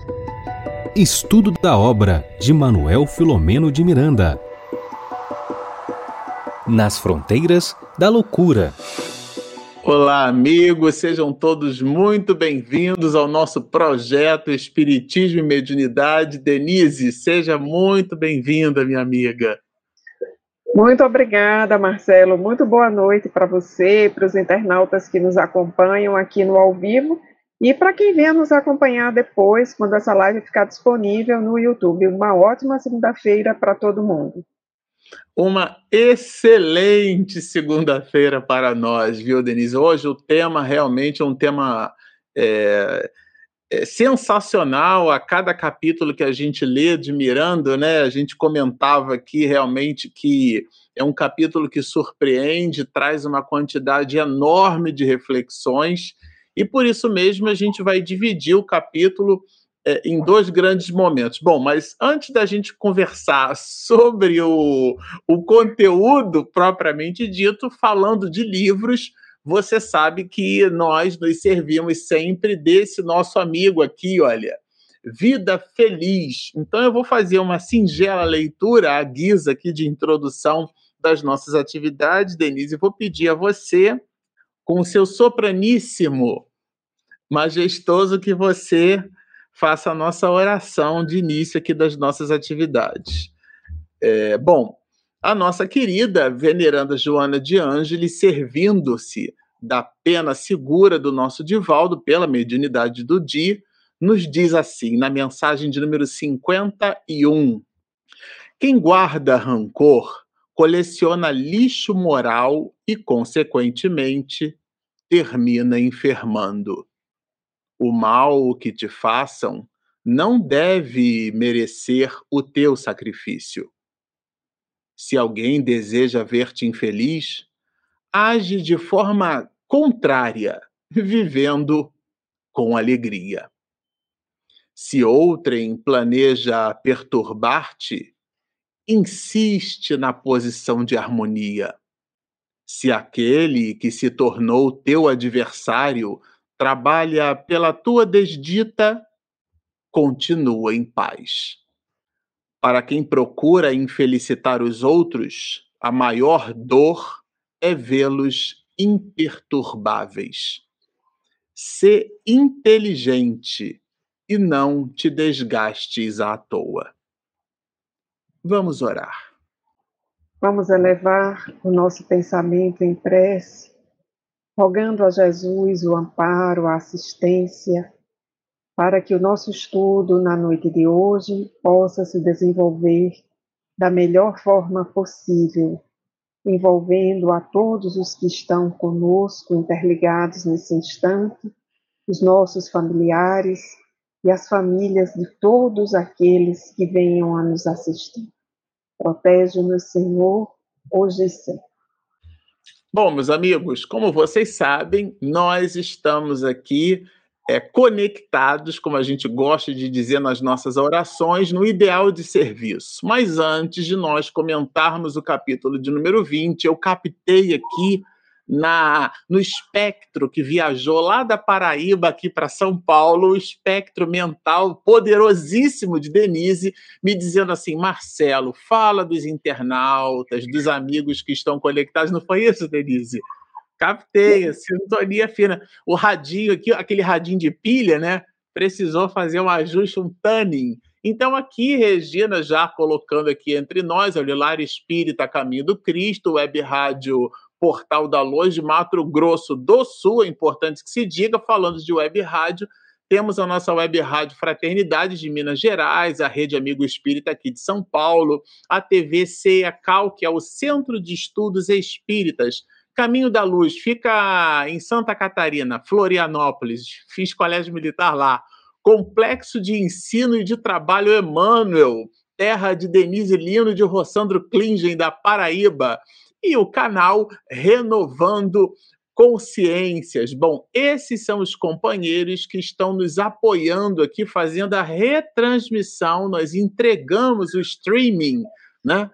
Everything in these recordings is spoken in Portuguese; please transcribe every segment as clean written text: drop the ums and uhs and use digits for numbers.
Estudo da obra de Manuel Filomeno de Miranda. Nas fronteiras da loucura. Olá, amigos, sejam todos muito bem-vindos ao nosso projeto Espiritismo e Mediunidade. Denise, seja muito bem-vinda, minha amiga. Muito obrigada, Marcelo. Muito boa noite para você, para os internautas que nos acompanham aqui no ao vivo e para quem venha nos acompanhar depois, quando essa live ficar disponível no YouTube. Uma ótima segunda-feira para todo mundo. Uma excelente segunda-feira para nós, viu, Denise? Hoje o tema realmente é um tema sensacional. A cada capítulo que a gente lê de Miranda, né, a gente comentava aqui realmente que é um capítulo que surpreende, traz uma quantidade enorme de reflexões, e por isso mesmo a gente vai dividir o capítulo em dois grandes momentos. Bom, mas antes da gente conversar sobre o conteúdo propriamente dito, falando de livros, você sabe que nós nos servimos sempre desse nosso amigo aqui, olha, Vida Feliz. Então eu vou fazer uma singela leitura à guisa aqui de introdução das nossas atividades, Denise, e vou pedir a você, com o seu sopraníssimo majestoso, que você faça a nossa oração de início aqui das nossas atividades. Bom, a nossa querida veneranda Joana de Ângeles, servindo-se da pena segura do nosso Divaldo pela mediunidade do Di, nos diz assim, na mensagem de número 51: quem guarda rancor coleciona lixo moral e, consequentemente, termina enfermando. O mal que te façam não deve merecer o teu sacrifício. Se alguém deseja ver-te infeliz, age de forma contrária, vivendo com alegria. Se outrem planeja perturbar-te, insiste na posição de harmonia. Se aquele que se tornou teu adversário trabalha pela tua desdita, continua em paz. Para quem procura infelicitar os outros, a maior dor é vê-los imperturbáveis. Sê inteligente e não te desgastes à toa. Vamos orar. Vamos elevar o nosso pensamento em prece, rogando a Jesus o amparo, a assistência, para que o nosso estudo na noite de hoje possa se desenvolver da melhor forma possível, envolvendo a todos os que estão conosco, interligados nesse instante, os nossos familiares e as famílias de todos aqueles que venham a nos assistir. Protege-nos, Senhor, hoje e sempre. Bom, meus amigos, como vocês sabem, nós estamos aqui conectados, como a gente gosta de dizer nas nossas orações, no ideal de serviço. Mas antes de nós comentarmos o capítulo de número 20, eu captei aqui no espectro que viajou lá da Paraíba aqui para São Paulo, o espectro mental poderosíssimo de Denise, me dizendo assim: Marcelo, fala dos internautas, dos amigos que estão conectados. Não foi isso, Denise? Captei, a sintonia fina. O radinho aqui, aquele radinho de pilha, né? Precisou fazer um ajuste, um tuning. Então aqui, Regina, já colocando aqui entre nós, o Lar Espírita Caminho do Cristo, Web Rádio Portal da Luz de Mato Grosso do Sul, é importante que se diga, falando de web rádio, temos a nossa web rádio Fraternidade de Minas Gerais, a Rede Amigo Espírita aqui de São Paulo, a TV CEACAL, que é o Centro de Estudos Espíritas. Caminho da Luz fica em Santa Catarina, Florianópolis, fiz colégio militar lá. Complexo de Ensino e de Trabalho Emmanuel, terra de Denise Lino e de Rossandro Klingen, da Paraíba. E o canal Renovando Consciências. Bom, esses são os companheiros que estão nos apoiando aqui, fazendo a retransmissão. Nós entregamos o streaming, né,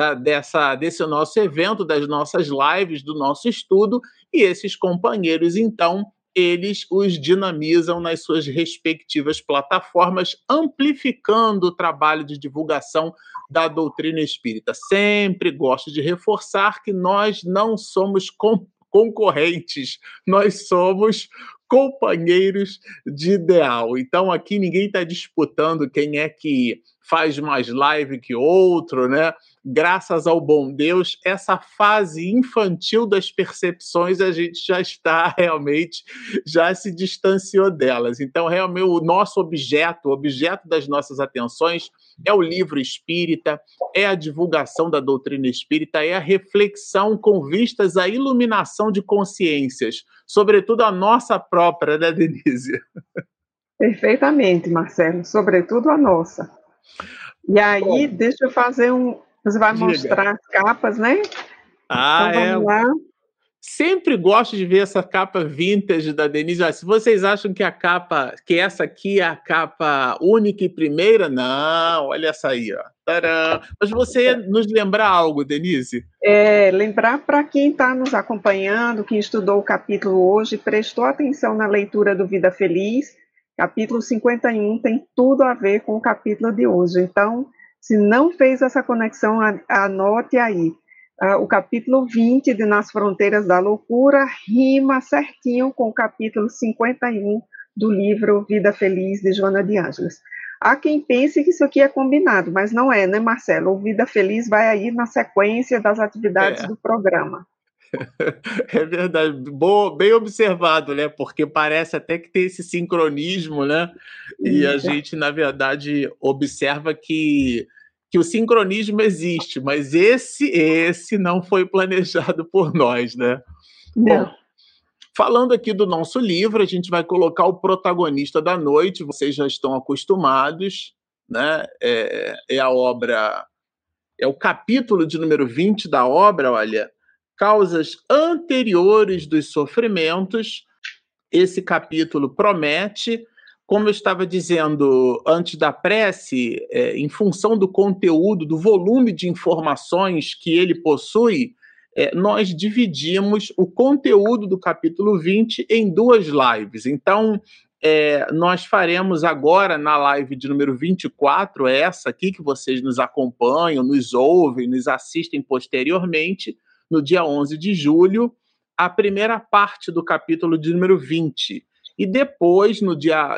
desse nosso evento, das nossas lives, do nosso estudo, e esses companheiros, então, eles os dinamizam nas suas respectivas plataformas, amplificando o trabalho de divulgação da doutrina espírita. Sempre gosto de reforçar que nós não somos concorrentes, nós somos companheiros de ideal. Então, aqui ninguém está disputando quem é que faz mais live que outro, né? Graças ao bom Deus, essa fase infantil das percepções a gente já está realmente, já se distanciou delas. Então, realmente, o nosso objeto, o objeto das nossas atenções é o livro espírita, é a divulgação da doutrina espírita, é a reflexão com vistas à iluminação de consciências, sobretudo a nossa própria, né, Denise? Perfeitamente, Marcelo, sobretudo a nossa. E aí, Bom, deixa eu fazer Você vai diga. mostrar as capas, né? Ah, Então vamos lá. Sempre gosto de ver essa capa vintage da Denise. Ah, se vocês acham que que essa aqui é a capa única e primeira, não, olha essa aí, ó. Tcharam! Mas você nos lembra algo, Denise? Lembrar para quem está nos acompanhando, que estudou o capítulo hoje, prestou atenção na leitura do Vida Feliz, capítulo 51 tem tudo a ver com o capítulo de hoje. Então, se não fez essa conexão, anote aí. O capítulo 20 de Nas Fronteiras da Loucura rima certinho com o capítulo 51 do livro Vida Feliz, de Joana de Ângeles. Há quem pense que isso aqui é combinado, mas não é, né, Marcelo? O Vida Feliz vai aí na sequência das atividades do programa. É verdade, bem observado, né? Porque parece até que tem esse sincronismo, né? E a gente, na verdade, observa que o sincronismo existe, mas esse não foi planejado por nós, né? Não. Bom, falando aqui do nosso livro, a gente vai colocar o protagonista da noite, vocês já estão acostumados, né? É a obra, é o capítulo de número 20 da obra, olha, Causas Anteriores dos Sofrimentos. Esse capítulo promete, como eu estava dizendo antes da prece, em função do conteúdo, do volume de informações que ele possui, nós dividimos o conteúdo do capítulo 20 em duas lives. Então, nós faremos agora na live de número 24, essa aqui que vocês nos acompanham, nos ouvem, nos assistem posteriormente, no dia 11 de julho, a primeira parte do capítulo de número 20. E depois, no dia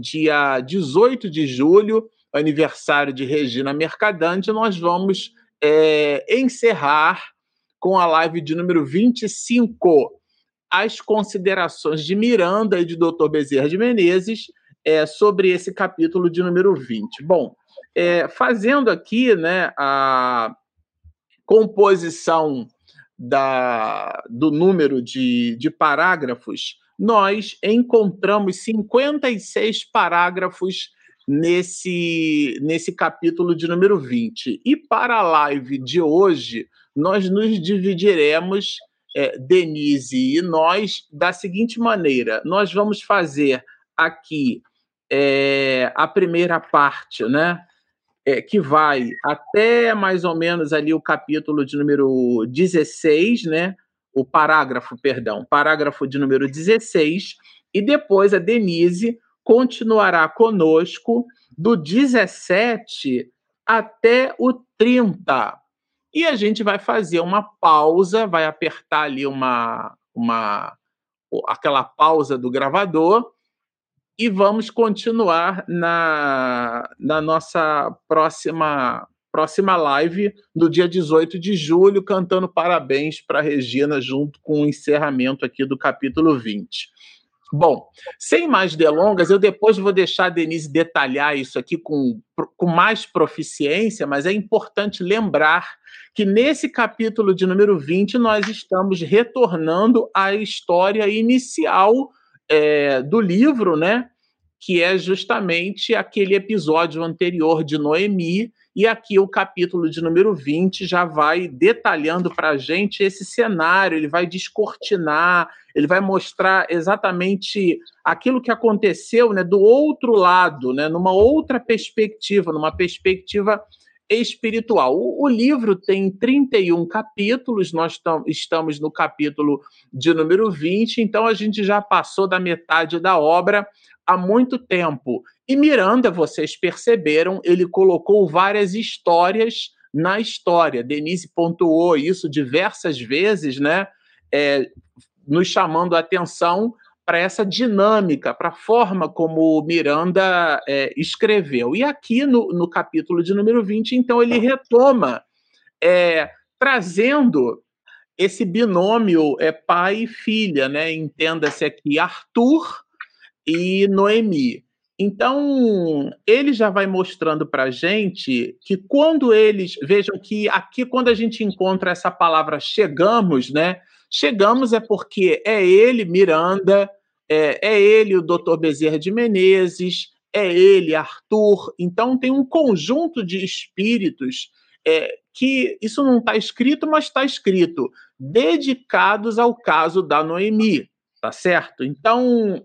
18 de julho, aniversário de Regina Mercadante, nós vamos encerrar com a live de número 25, as considerações de Miranda e de Dr. Bezerra de Menezes sobre esse capítulo de número 20. Bom, fazendo aqui, né, a composição do número de parágrafos, nós encontramos 56 parágrafos nesse capítulo de número 20. E para a live de hoje, nós nos dividiremos, Denise e nós, da seguinte maneira: nós vamos fazer aqui a primeira parte, né? Que vai até mais ou menos ali o capítulo de número 16, né? Parágrafo de número 16, e depois a Denise continuará conosco do 17 até o 30. E a gente vai fazer uma pausa, vai apertar ali aquela pausa do gravador, e vamos continuar na nossa próxima live, no dia 18 de julho, cantando parabéns para a Regina, junto com o encerramento aqui do capítulo 20. Bom, sem mais delongas, eu depois vou deixar a Denise detalhar isso aqui com mais proficiência, mas é importante lembrar que nesse capítulo de número 20 nós estamos retornando à história inicial do livro, né? Que é justamente aquele episódio anterior de Noemi, e aqui o capítulo de número 20 já vai detalhando para a gente esse cenário, ele vai descortinar, ele vai mostrar exatamente aquilo que aconteceu, né, do outro lado, né, numa outra perspectiva, numa perspectiva espiritual. O livro tem 31 capítulos, nós estamos no capítulo de número 20, então a gente já passou da metade da obra há muito tempo. E Miranda, vocês perceberam, ele colocou várias histórias na história. Denise pontuou isso diversas vezes, né? Nos chamando a atenção para essa dinâmica, para a forma como Miranda escreveu. E aqui no capítulo de número 20, então, ele retoma, trazendo esse binômio pai e filha, né? Entenda-se aqui Arthur e Noemi. Então, ele já vai mostrando para a gente que quando eles... Vejam que aqui, quando a gente encontra essa palavra chegamos, né? Chegamos é porque é ele, Miranda, é ele, o Dr. Bezerra de Menezes, é ele, Arthur. Então, tem um conjunto de espíritos que isso não está escrito, mas está escrito, dedicados ao caso da Noemi, tá certo? Então,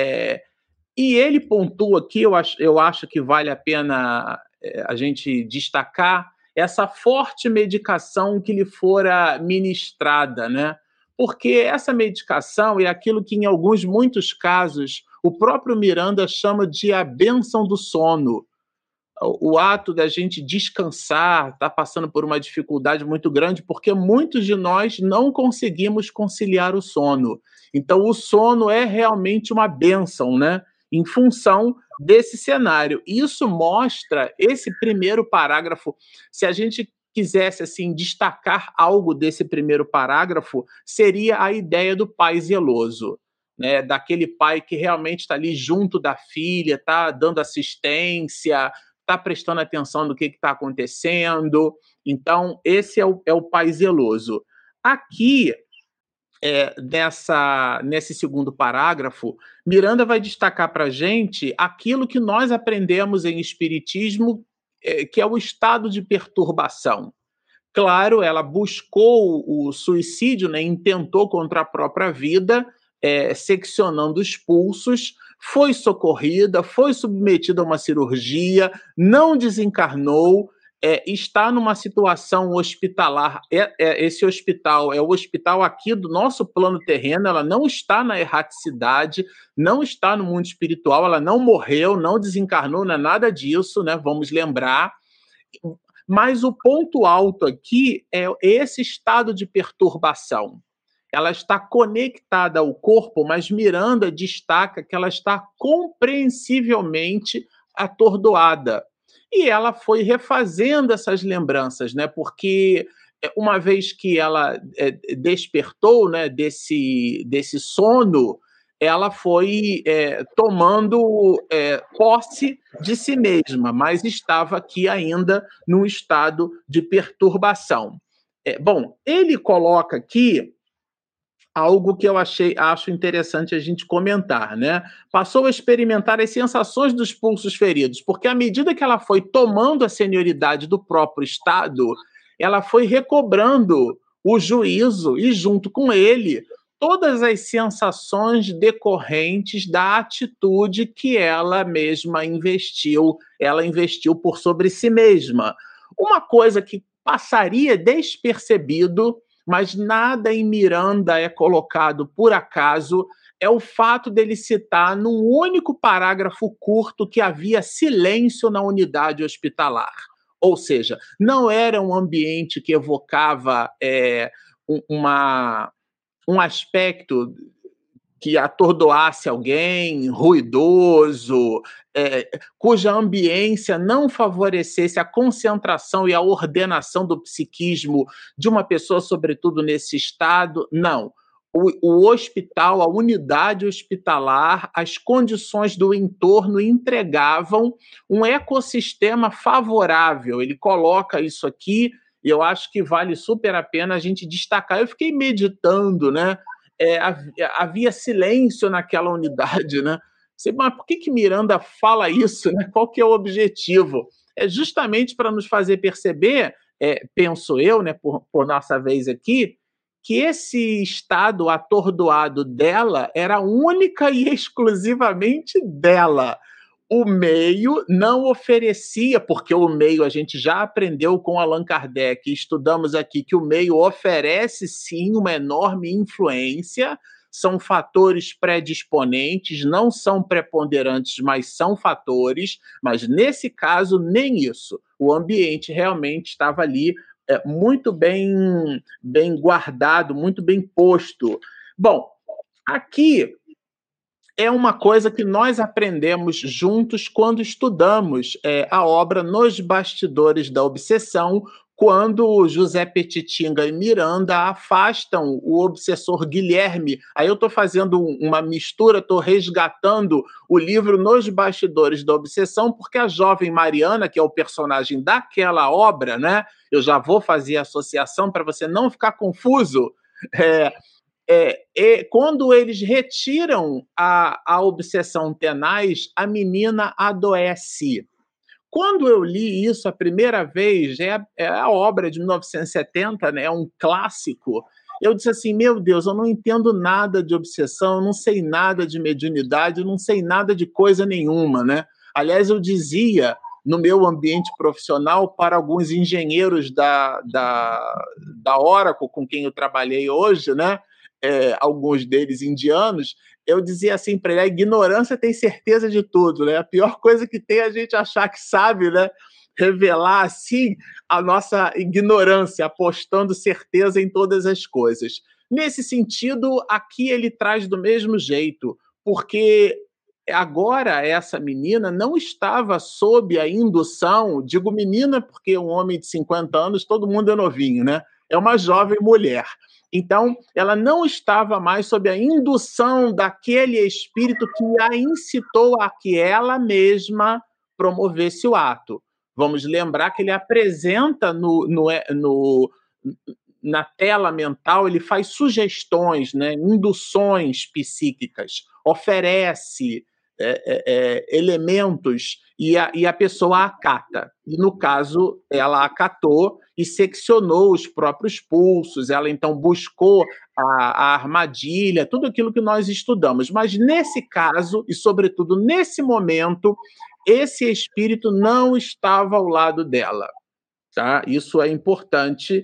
e ele pontua aqui, eu acho que vale a pena a gente destacar essa forte medicação que lhe fora ministrada, né? Porque essa medicação é aquilo que, em muitos casos, o próprio Miranda chama de a bênção do sono. O ato da gente descansar, está passando por uma dificuldade muito grande, porque muitos de nós não conseguimos conciliar o sono. Então, o sono é realmente uma bênção, né? Em função desse cenário. Isso mostra esse primeiro parágrafo. Se a gente quisesse assim destacar algo desse primeiro parágrafo, seria a ideia do pai zeloso, né? Daquele pai que realmente está ali junto da filha, está dando assistência, está prestando atenção no que está acontecendo. Então, esse é o pai zeloso. Aqui, nesse segundo parágrafo, Miranda vai destacar para a gente aquilo que nós aprendemos em Espiritismo, que é o estado de perturbação. Claro, ela buscou o suicídio, né, intentou contra a própria vida, seccionando os pulsos, foi socorrida, foi submetida a uma cirurgia, não desencarnou, está numa situação hospitalar. Esse hospital é o hospital aqui do nosso plano terreno, ela não está na erraticidade, não está no mundo espiritual, ela não morreu, não desencarnou, não é nada disso, né? Vamos lembrar. Mas o ponto alto aqui é esse estado de perturbação. Ela está conectada ao corpo, mas Miranda destaca que ela está compreensivelmente atordoada. E ela foi refazendo essas lembranças, né? Porque uma vez que ela despertou, né, desse sono, ela foi tomando posse de si mesma, mas estava aqui ainda num estado de perturbação. Bom, ele coloca aqui algo que eu acho interessante a gente comentar, né? Passou a experimentar as sensações dos pulsos feridos, porque à medida que ela foi tomando a senioridade do próprio estado, ela foi recobrando o juízo e, junto com ele, todas as sensações decorrentes da atitude que ela mesma investiu. Ela investiu por sobre si mesma. Uma coisa que passaria despercebido, mas nada em Miranda é colocado por acaso, é o fato dele citar num único parágrafo curto que havia silêncio na unidade hospitalar. Ou seja, não era um ambiente que evocava um aspecto que atordoasse alguém, ruidoso, cuja ambiência não favorecesse a concentração e a ordenação do psiquismo de uma pessoa, sobretudo nesse estado. Não. O hospital, a unidade hospitalar, as condições do entorno entregavam um ecossistema favorável. Ele coloca isso aqui e eu acho que vale super a pena a gente destacar. Eu fiquei meditando, né? Havia silêncio naquela unidade, né? Mas por que Miranda fala isso, né? Qual que é o objetivo? É justamente para nos fazer perceber, penso eu, né, por nossa vez aqui, que esse estado atordoado dela era única e exclusivamente dela. o meio não oferecia, porque o meio a gente já aprendeu com Allan Kardec, estudamos aqui que o meio oferece sim uma enorme influência, são fatores predisponentes, não são preponderantes, mas são fatores, mas nesse caso nem isso. O ambiente realmente estava ali muito bem guardado, muito bem posto. Bom, aqui é uma coisa que nós aprendemos juntos quando estudamos a obra Nos Bastidores da Obsessão, quando José Petitinga e Miranda afastam o obsessor Guilherme. Aí eu estou fazendo uma mistura, estou resgatando o livro Nos Bastidores da Obsessão, porque a jovem Mariana, que é o personagem daquela obra, né? Eu já vou fazer a associação para você não ficar confuso. Quando eles retiram a obsessão tenaz, a menina adoece. Quando eu li isso a primeira vez, é a obra de 1970, né, é um clássico, eu disse assim, meu Deus, eu não entendo nada de obsessão, eu não sei nada de mediunidade, eu não sei nada de coisa nenhuma, né? Aliás, eu dizia no meu ambiente profissional para alguns engenheiros da Oracle, com quem eu trabalhei hoje, né? Alguns deles indianos, eu dizia assim para ele, a ignorância tem certeza de tudo, né? A pior coisa que tem é a gente achar que sabe, né? Revelar assim a nossa ignorância, apostando certeza em todas as coisas. Nesse sentido, aqui ele traz do mesmo jeito, porque agora essa menina não estava sob a indução, digo menina porque um homem de 50 anos, todo mundo é novinho, né? É uma jovem mulher. Então, ela não estava mais sob a indução daquele espírito que a incitou a que ela mesma promovesse o ato. Vamos lembrar que ele apresenta na tela mental, ele faz sugestões, né, induções psíquicas, oferece elementos e a pessoa acata. E, no caso, ela acatou e seccionou os próprios pulsos, ela então buscou a armadilha, tudo aquilo que nós estudamos. Mas nesse caso, e sobretudo nesse momento, esse espírito não estava ao lado dela. Tá? Isso é importante.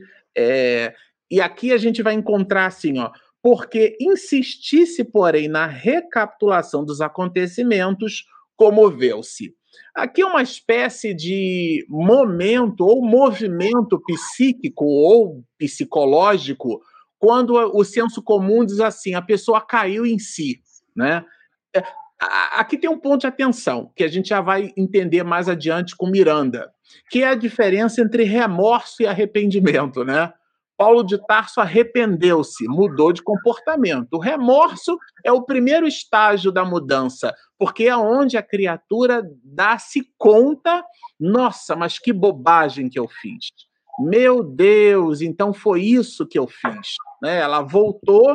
E aqui a gente vai encontrar assim, ó, porque insistisse, porém, na recapitulação dos acontecimentos, comoveu-se. Aqui é uma espécie de momento ou movimento psíquico ou psicológico, quando o senso comum diz assim, a pessoa caiu em si, né? Aqui tem um ponto de atenção, que a gente já vai entender mais adiante com Miranda, que é a diferença entre remorso e arrependimento, né? Paulo de Tarso arrependeu-se, mudou de comportamento. O remorso é o primeiro estágio da mudança, porque é onde a criatura dá-se conta, nossa, mas que bobagem que eu fiz. Meu Deus, então foi isso que eu fiz. Né? Ela voltou.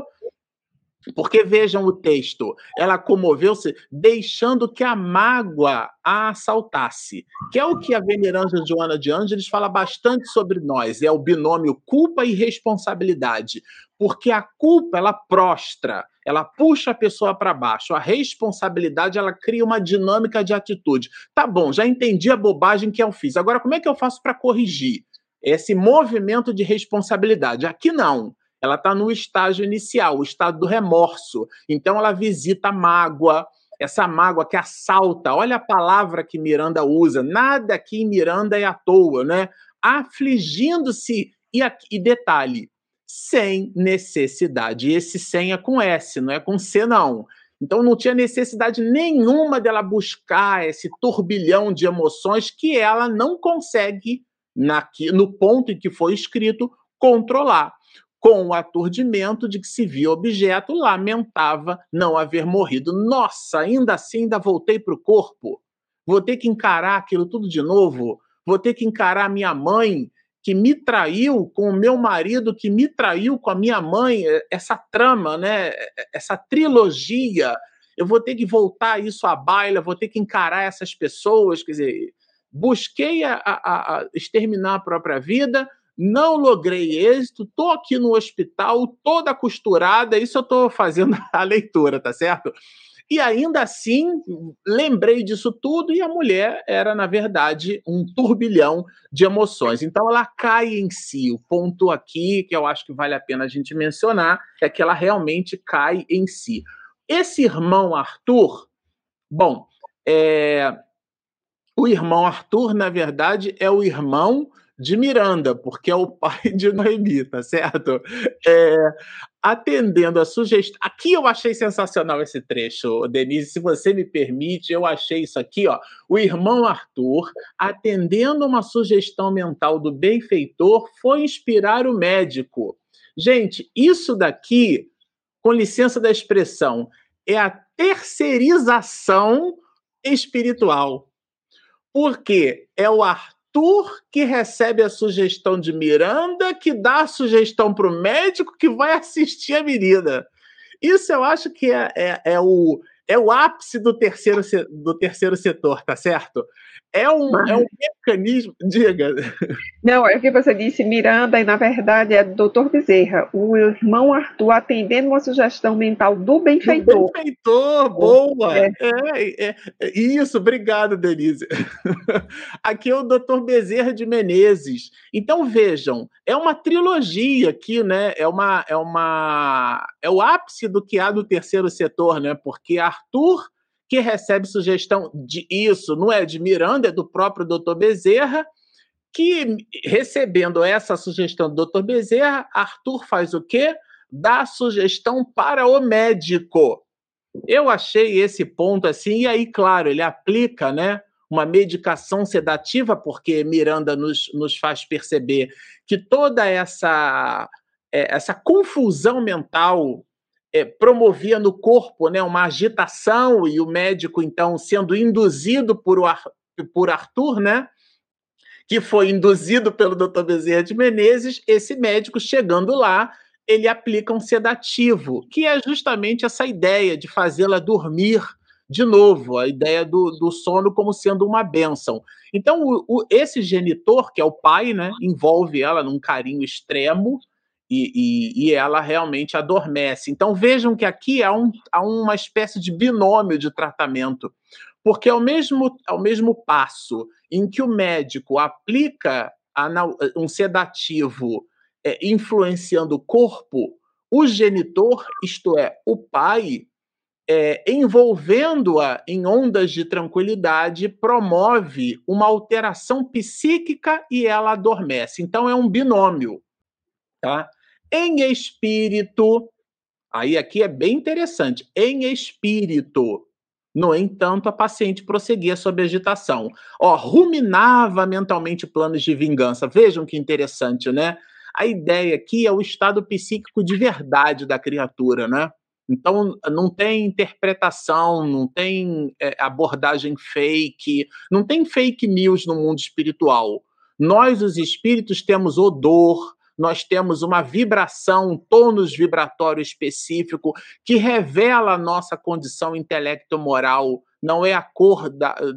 Porque vejam o texto, ela comoveu-se deixando que a mágoa a assaltasse, que é o que a veneranda Joana de Ângeles fala bastante sobre nós, é o binômio culpa e responsabilidade, porque a culpa, ela prostra, ela puxa a pessoa para baixo, a responsabilidade, ela cria uma dinâmica de atitude. Tá bom, já entendi a bobagem que eu fiz, agora como é que eu faço para corrigir esse movimento de responsabilidade? Aqui não. Ela está no estágio inicial, o estado do remorso. Então, ela visita a mágoa, essa mágoa que assalta. Olha a palavra que Miranda usa. Nada aqui em Miranda é à toa, né? Afligindo-se, e detalhe, sem necessidade. E esse sem é com S, não é com C, não. Então, não tinha necessidade nenhuma dela buscar esse turbilhão de emoções que ela não consegue, no ponto em que foi escrito, controlar. Com o aturdimento de que se via objeto, lamentava não haver morrido. Nossa, ainda assim, ainda voltei para o corpo. Vou ter que encarar aquilo tudo de novo. Vou ter que encarar a minha mãe, que me traiu com o meu marido, que me traiu com a minha mãe. Essa trama, né? Essa trilogia. Eu vou ter que voltar isso à baila, vou ter que encarar essas pessoas. Quer dizer, busquei a exterminar a própria vida, não logrei êxito, estou aqui no hospital, toda costurada, isso eu estou fazendo a leitura, tá certo? E ainda assim, lembrei disso tudo e a mulher era, na verdade, um turbilhão de emoções. Então, ela cai em si. O ponto aqui, que eu acho que vale a pena a gente mencionar, é que ela realmente cai em si. Esse irmão Arthur, bom, o irmão Arthur, na verdade, é o irmão de Miranda, porque é o pai de Noemi, tá certo? Atendendo a sugestão. Aqui eu achei sensacional esse trecho, Denise, se você me permite, eu achei isso aqui, ó. O irmão Arthur, atendendo uma sugestão mental do benfeitor, foi inspirar o médico. Gente, isso daqui, com licença da expressão, é a terceirização espiritual. Porque é o Arthur que recebe a sugestão de Miranda, que dá a sugestão para o médico que vai assistir a menina. Isso eu acho que é o ápice do terceiro setor, tá certo? É um mecanismo. Diga. Não, é o que você disse, Miranda, e na verdade é do Dr. Bezerra, o irmão Arthur atendendo uma sugestão mental do benfeitor. Do benfeitor, boa! Isso, obrigado, Denise. Aqui é o Dr. Bezerra de Menezes. Então, vejam, é uma trilogia aqui, né? É o ápice do que há no terceiro setor, né? Porque Arthur, que recebe sugestão de isso, não é de Miranda, é do próprio Dr. Bezerra, que, recebendo essa sugestão do Dr. Bezerra, Arthur faz o quê? Dá sugestão para o médico. Eu achei esse ponto assim, e aí, claro, ele aplica, né, uma medicação sedativa, porque Miranda nos faz perceber que toda essa confusão mental promovia no corpo, né, uma agitação, e o médico, então, sendo induzido por Arthur, né, que foi induzido pelo Dr. Bezerra de Menezes, esse médico, chegando lá, ele aplica um sedativo, que é justamente essa ideia de fazê-la dormir de novo, a ideia do sono como sendo uma bênção. Então, esse genitor, que é o pai, né, envolve ela num carinho extremo e ela realmente adormece. Então, vejam que aqui há uma espécie de binômio de tratamento, porque ao mesmo passo em que o médico aplica um sedativo influenciando o corpo, o genitor, isto é, o pai, envolvendo-a em ondas de tranquilidade, promove uma alteração psíquica e ela adormece. Então é um binômio. Tá? Em espírito, aí aqui é bem interessante, em espírito, no entanto, a paciente prosseguia sob agitação. Ruminava mentalmente planos de vingança. Vejam que interessante, né? A ideia aqui é o estado psíquico de verdade da criatura, né? Então, não tem interpretação, não tem abordagem fake, não tem fake news no mundo espiritual. Nós, os espíritos, temos odor, nós temos uma vibração, um tônus vibratório específico que revela a nossa condição intelecto-moral. Não é a cor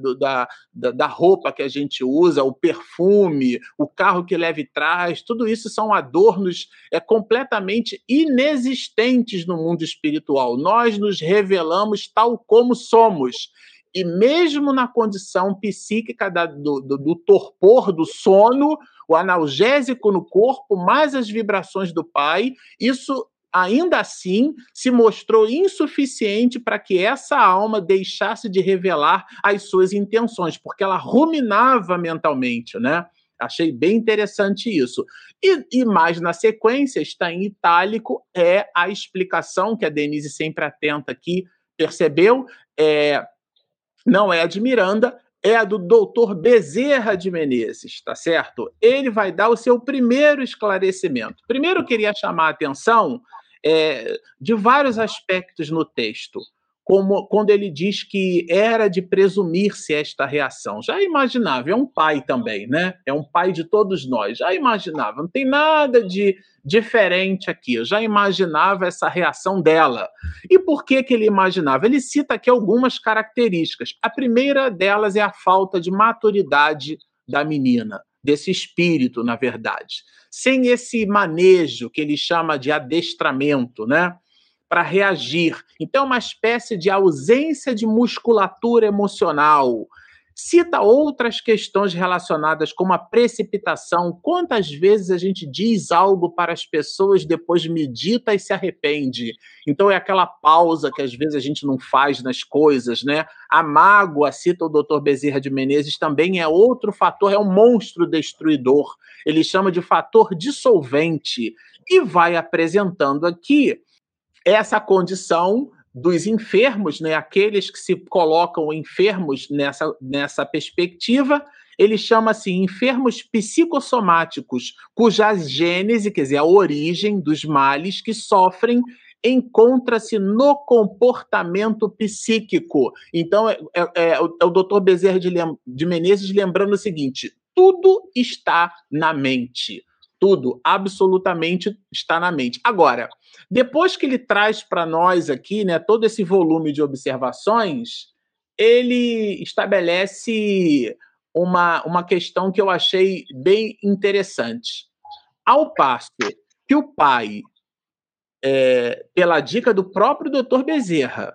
da roupa que a gente usa, o perfume, o carro que leva e traz, tudo isso são adornos completamente inexistentes no mundo espiritual. Nós nos revelamos tal como somos. E mesmo na condição psíquica do torpor, do sono, o analgésico no corpo, mais as vibrações do pai, isso ainda assim se mostrou insuficiente para que essa alma deixasse de revelar as suas intenções, porque ela ruminava mentalmente, né? Achei bem interessante isso. E mais na sequência, está em itálico, é a explicação que a Denise sempre atenta aqui, percebeu? Não é a de Miranda, é a do doutor Bezerra de Menezes, tá certo? Ele vai dar o seu primeiro esclarecimento. Primeiro, eu queria chamar a atenção de vários aspectos no texto, como quando ele diz que era de presumir-se esta reação. Já imaginava, é um pai também, né? É um pai de todos nós. Já imaginava, não tem nada de diferente aqui. Eu já imaginava essa reação dela. E por que ele imaginava? Ele cita aqui algumas características. A primeira delas é a falta de maturidade da menina, desse espírito, na verdade. Sem esse manejo que ele chama de adestramento, né? para reagir. Então, é uma espécie de ausência de musculatura emocional. Cita outras questões relacionadas com a precipitação. Quantas vezes a gente diz algo para as pessoas, depois medita e se arrepende? Então é aquela pausa que às vezes a gente não faz nas coisas, né? A mágoa, cita o Dr. Bezerra de Menezes, também é outro fator, é um monstro destruidor. Ele chama de fator dissolvente e vai apresentando aqui essa condição dos enfermos, né, aqueles que se colocam enfermos nessa perspectiva, ele chama assim enfermos psicossomáticos, cuja gênese, quer dizer, a origem dos males que sofrem encontra-se no comportamento psíquico. Então, é o Dr. Bezerra de Menezes lembrando o seguinte: tudo está na mente. Tudo, absolutamente, está na mente. Agora, depois que ele traz para nós aqui, né, todo esse volume de observações, ele estabelece uma questão que eu achei bem interessante. Ao passo que o pai, pela dica do próprio Dr. Bezerra,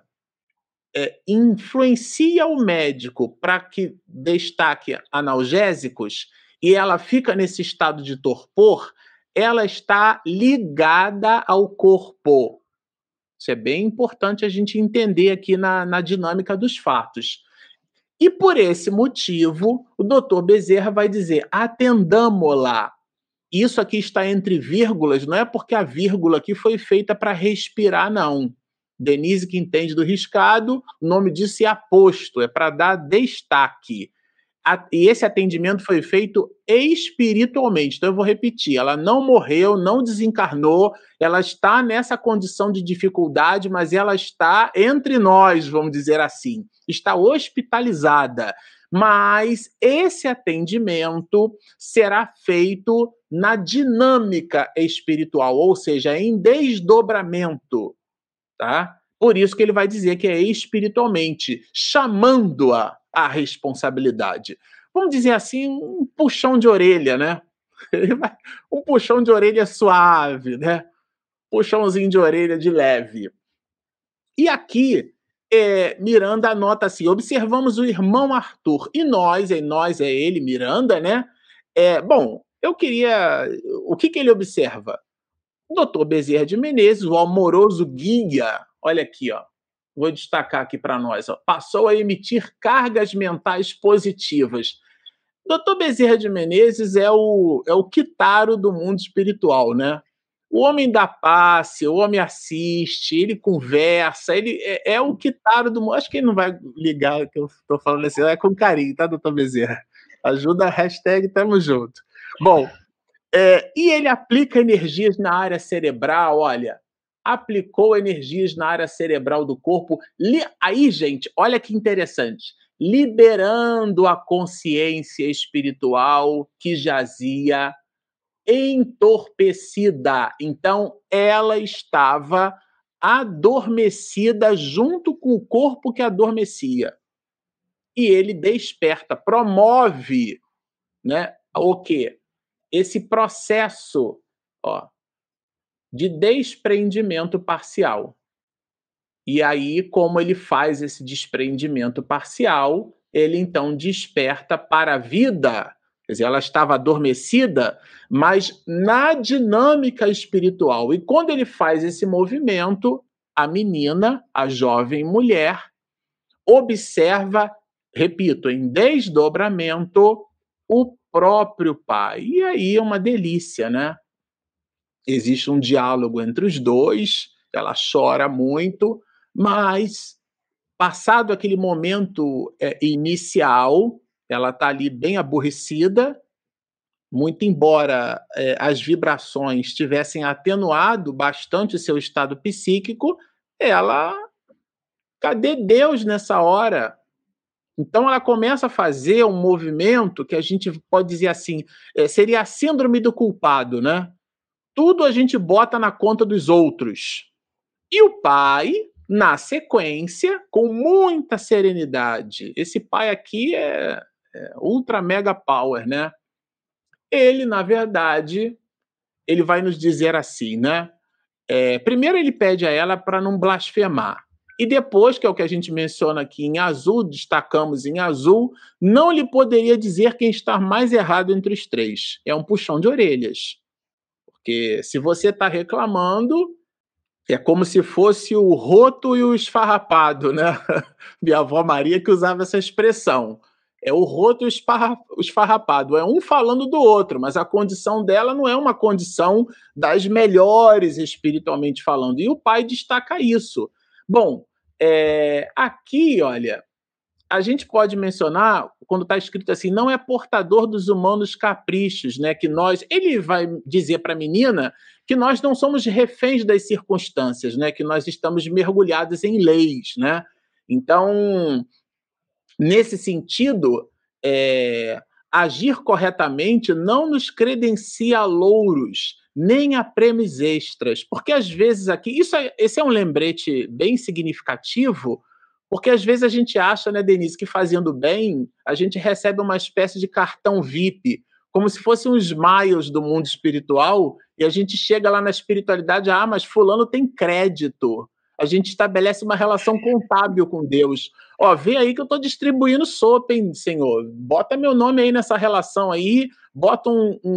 influencia o médico para que destaque analgésicos e ela fica nesse estado de torpor, ela está ligada ao corpo. Isso é bem importante a gente entender aqui na dinâmica dos fatos. E por esse motivo, o doutor Bezerra vai dizer: atendamo-la. Isso aqui está entre vírgulas, não é porque a vírgula aqui foi feita para respirar, não. Denise, que entende do riscado, o nome disso é aposto, é para dar destaque. E esse atendimento foi feito espiritualmente. Então, eu vou repetir: ela não morreu, não desencarnou, ela está nessa condição de dificuldade, mas ela está entre nós, vamos dizer assim. Está hospitalizada. Mas esse atendimento será feito na dinâmica espiritual, ou seja, em desdobramento. Tá? Por isso que ele vai dizer que é espiritualmente, chamando-a à responsabilidade. Vamos dizer assim, um puxão de orelha, né? Um puxão de orelha suave, né? Puxãozinho de orelha de leve. E aqui, Miranda anota assim: observamos o irmão Arthur. E nós é ele, Miranda, né? Bom, eu queria... O que ele observa? O doutor Bezerra de Menezes, o amoroso guia, olha aqui, ó, vou destacar aqui para nós, ó, passou a emitir cargas mentais positivas. O doutor Bezerra de Menezes é o Kitaro do mundo espiritual, né? O homem dá passe, o homem assiste, ele conversa, ele é o Kitaro do mundo. Acho que ele não vai ligar que eu estou falando assim, é com carinho, tá, doutor Bezerra? Ajuda a hashtag tamo junto. Bom, e ele aplica energias na área cerebral, olha, aplicou energias na área cerebral do corpo. Aí, gente, olha que interessante, liberando a consciência espiritual que jazia entorpecida. Então, ela estava adormecida junto com o corpo que adormecia. E ele desperta, promove, né, o quê? Esse processo, ó, de desprendimento parcial. E aí, como ele faz esse desprendimento parcial, ele então desperta para a vida. Quer dizer, ela estava adormecida, mas na dinâmica espiritual. E quando ele faz esse movimento, a menina, a jovem mulher, observa, repito, em desdobramento, o próprio pai. E aí é uma delícia, né? Existe um diálogo entre os dois, ela chora muito, mas passado aquele momento inicial, ela está ali bem aborrecida, muito embora as vibrações tivessem atenuado bastante o seu estado psíquico, ela... Cadê Deus nessa hora? Então ela começa a fazer um movimento que a gente pode dizer assim, seria a síndrome do culpado, né? Tudo a gente bota na conta dos outros. E o pai, na sequência, com muita serenidade, esse pai aqui é ultra mega power, né? Ele, na verdade, ele vai nos dizer assim, né? primeiro ele pede a ela para não blasfemar. E depois, que é o que a gente menciona aqui em azul, destacamos em azul, não lhe poderia dizer quem está mais errado entre os três. É um puxão de orelhas. Porque se você está reclamando, é como se fosse o roto e o esfarrapado, né? Minha avó Maria que usava essa expressão. É o roto e o esfarrapado. É um falando do outro, mas a condição dela não é uma condição das melhores espiritualmente falando. E o pai destaca isso. Bom, aqui, olha, a gente pode mencionar, quando está escrito assim, não é portador dos humanos caprichos, né? Que nós. Ele vai dizer para a menina que nós não somos reféns das circunstâncias, né? Que nós estamos mergulhados em leis, né? Então, nesse sentido, agir corretamente não nos credencia a louros, nem a prêmios extras, porque às vezes aqui, esse é um lembrete bem significativo, porque às vezes a gente acha, né, Denise, que fazendo bem, a gente recebe uma espécie de cartão VIP, como se fossem os smiles do mundo espiritual, e a gente chega lá na espiritualidade, mas fulano tem crédito. A gente estabelece uma relação contábil com Deus. Vê aí que eu estou distribuindo sopa, hein, Senhor? Bota meu nome aí nessa relação aí, bota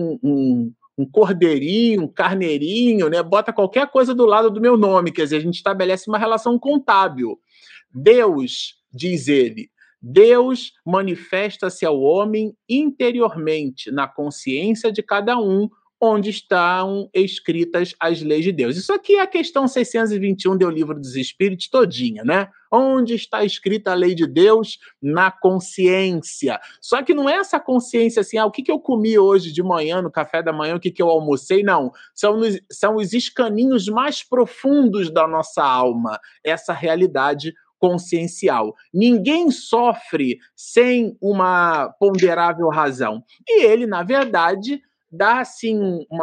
um cordeirinho, um carneirinho, né? Bota qualquer coisa do lado do meu nome, quer dizer, a gente estabelece uma relação contábil. Deus, diz ele, Deus manifesta-se ao homem interiormente, na consciência de cada um, onde estão escritas as leis de Deus. Isso aqui é a questão 621 do Livro dos Espíritos todinha, né? Onde está escrita a lei de Deus? Na consciência. Só que não é essa consciência assim, o que eu comi hoje de manhã, no café da manhã, o que eu almocei, não. São os escaninhos mais profundos da nossa alma, essa realidade consciencial. Ninguém sofre sem uma ponderável razão. E ele, na verdade, dá assim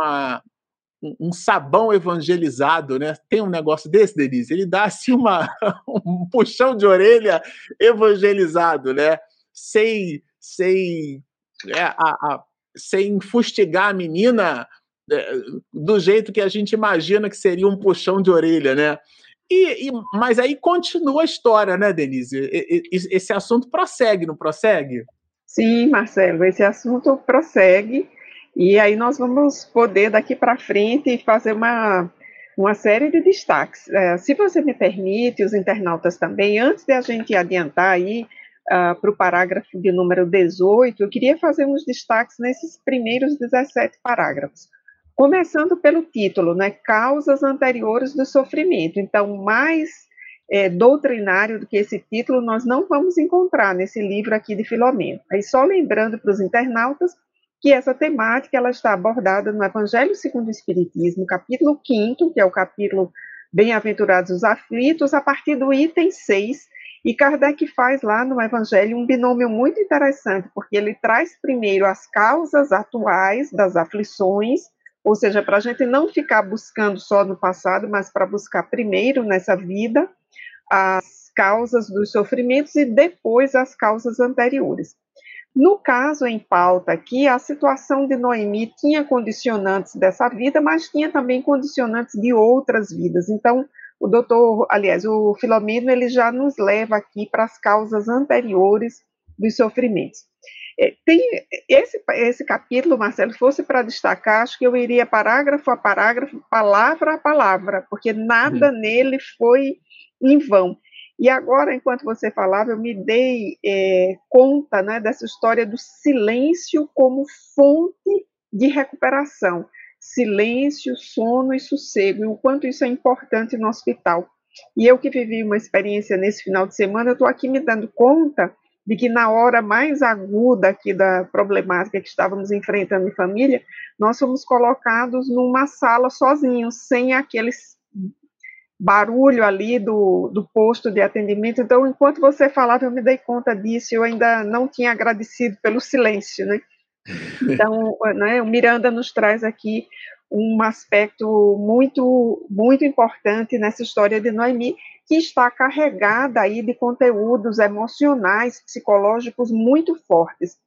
um sabão evangelizado, né? Tem um negócio desse, Denise? Ele dá assim um puxão de orelha evangelizado, né? Sem fustigar a menina do jeito que a gente imagina que seria um puxão de orelha, né? Mas aí continua a história, né, Denise? Esse assunto prossegue, não prossegue? Sim, Marcelo, esse assunto prossegue. E aí nós vamos poder, daqui para frente, fazer uma série de destaques. Se você me permite, os internautas também, antes de a gente adiantar aí para o parágrafo de número 18, eu queria fazer uns destaques nesses primeiros 17 parágrafos. Começando pelo título, né? Causas anteriores do sofrimento. Então, mais doutrinário do que esse título nós não vamos encontrar nesse livro aqui de Filomeno. Aí só lembrando para os internautas que essa temática ela está abordada no Evangelho segundo o Espiritismo, capítulo 5º, que é o capítulo Bem-aventurados os aflitos, a partir do item 6, e Kardec faz lá no Evangelho um binômio muito interessante, porque ele traz primeiro as causas atuais das aflições, ou seja, para a gente não ficar buscando só no passado, mas para buscar primeiro nessa vida as causas dos sofrimentos e depois as causas anteriores. No caso em pauta aqui, a situação de Noemi tinha condicionantes dessa vida, mas tinha também condicionantes de outras vidas. Então, o Filomeno, ele já nos leva aqui para as causas anteriores dos sofrimentos. Tem esse capítulo, Marcelo, se fosse para destacar, acho que eu iria parágrafo a parágrafo, palavra a palavra, porque nada nele foi em vão. E agora, enquanto você falava, eu me dei conta, né, dessa história do silêncio como fonte de recuperação. Silêncio, sono e sossego, e o quanto isso é importante no hospital. E eu que vivi uma experiência nesse final de semana, eu estou aqui me dando conta de que na hora mais aguda aqui da problemática que estávamos enfrentando em família, nós fomos colocados numa sala sozinhos, sem aqueles barulho ali do posto de atendimento. Então, enquanto você falava, eu me dei conta disso, eu ainda não tinha agradecido pelo silêncio, né? Então, né, o Miranda nos traz aqui um aspecto muito, muito importante nessa história de Noemi, que está carregada aí de conteúdos emocionais, psicológicos muito fortes.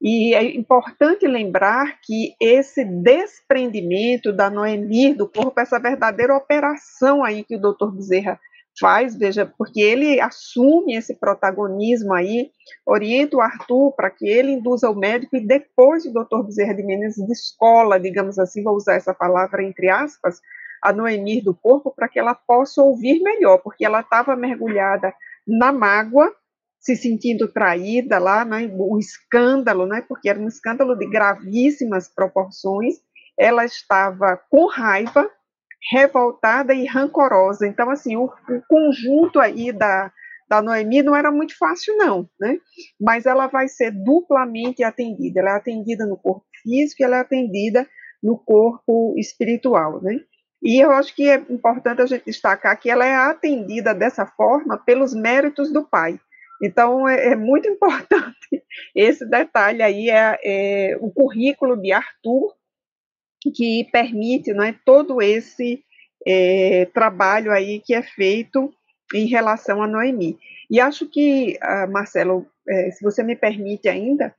E é importante lembrar que esse desprendimento da Noemi do corpo, essa verdadeira operação aí que o Dr. Bezerra faz, veja, porque ele assume esse protagonismo aí, orienta o Arthur para que ele induza o médico e depois o Dr. Bezerra de Menezes descola, digamos assim, vou usar essa palavra entre aspas, a Noemi do corpo para que ela possa ouvir melhor, porque ela estava mergulhada na mágoa, se sentindo traída lá, né, o escândalo, né, porque era um escândalo de gravíssimas proporções, ela estava com raiva, revoltada e rancorosa. Então, assim, o conjunto aí da Noemi não era muito fácil, não, né? Mas ela vai ser duplamente atendida. Ela é atendida no corpo físico e ela é atendida no corpo espiritual, né? E eu acho que é importante a gente destacar que ela é atendida dessa forma pelos méritos do pai. Então, é muito importante esse detalhe aí, o currículo de Arthur, que permite, né, todo esse trabalho aí que é feito em relação a Noemi. E acho que, Marcelo, se você me permite ainda,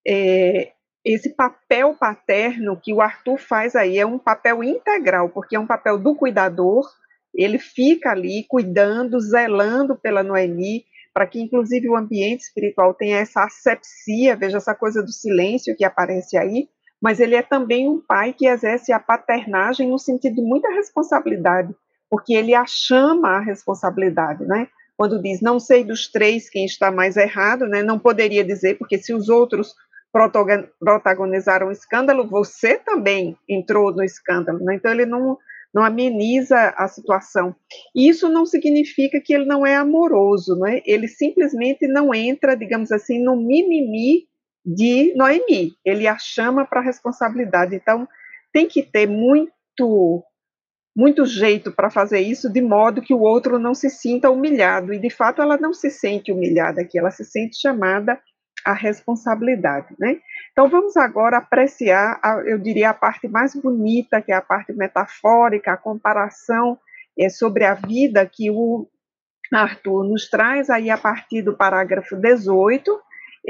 esse papel paterno que o Arthur faz aí é um papel integral, porque é um papel do cuidador, ele fica ali cuidando, zelando pela Noemi, para que inclusive o ambiente espiritual tenha essa asepsia, veja essa coisa do silêncio que aparece aí, mas ele é também um pai que exerce a paternagem no sentido de muita responsabilidade, porque ele a chama à responsabilidade, né? Quando diz, não sei dos três quem está mais errado, né? Não poderia dizer, porque se os outros protagonizaram o escândalo, você também entrou no escândalo, né? Então ele não ameniza a situação. Isso não significa que ele não é amoroso, né? Ele simplesmente não entra, digamos assim, no mimimi de Noemi, ele a chama para a responsabilidade. Então tem que ter muito jeito para fazer isso, de modo que o outro não se sinta humilhado, e de fato ela não se sente humilhada aqui, ela se sente chamada à responsabilidade, né? Então vamos agora apreciar, eu diria, a parte mais bonita, que é a parte metafórica, a comparação sobre a vida que o Arthur nos traz aí a partir do parágrafo 18,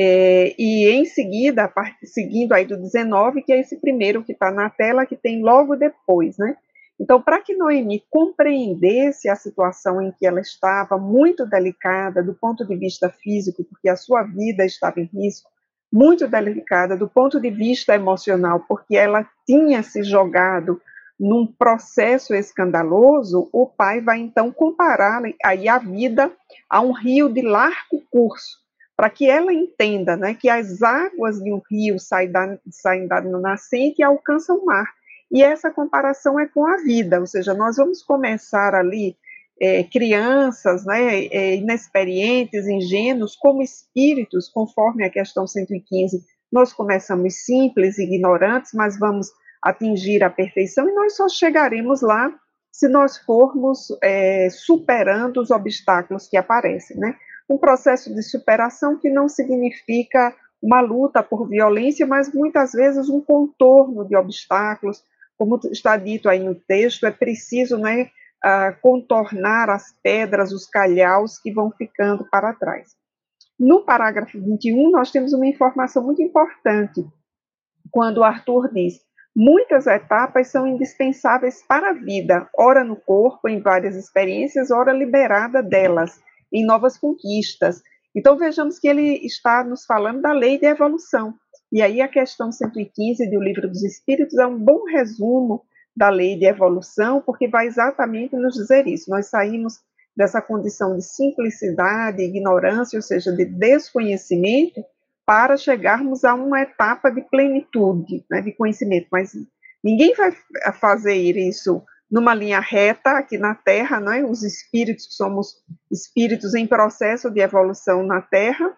e em seguida, seguindo aí do 19, que é esse primeiro que está na tela, que tem logo depois, né? Então, para que Noemi compreendesse a situação em que ela estava, muito delicada do ponto de vista físico, porque a sua vida estava em risco, muito delicada do ponto de vista emocional, porque ela tinha se jogado num processo escandaloso, o pai vai então comparar aí a vida a um rio de largo curso, para que ela entenda, né, que as águas de um rio saem da nascente e alcançam o mar. E essa comparação é com a vida, ou seja, nós vamos começar ali crianças, né, inexperientes, ingênuos, como espíritos, conforme a questão 115, nós começamos simples, ignorantes, mas vamos atingir a perfeição, e nós só chegaremos lá se nós formos superando os obstáculos que aparecem, né? Um processo de superação que não significa uma luta por violência, mas muitas vezes um contorno de obstáculos, como está dito aí no texto, é preciso, né, contornar as pedras, os calhaus que vão ficando para trás. No parágrafo 21, nós temos uma informação muito importante, quando Arthur diz: muitas etapas são indispensáveis para a vida, ora no corpo, em várias experiências, ora liberada delas, em novas conquistas. Então vejamos que ele está nos falando da lei de evolução. E aí a questão 115 do Livro dos Espíritos é um bom resumo da lei de evolução, porque vai exatamente nos dizer isso. Nós saímos dessa condição de simplicidade, ignorância, ou seja, de desconhecimento, para chegarmos a uma etapa de plenitude, né, de conhecimento. Mas ninguém vai fazer isso numa linha reta aqui na Terra, né? Os espíritos, somos espíritos em processo de evolução na Terra,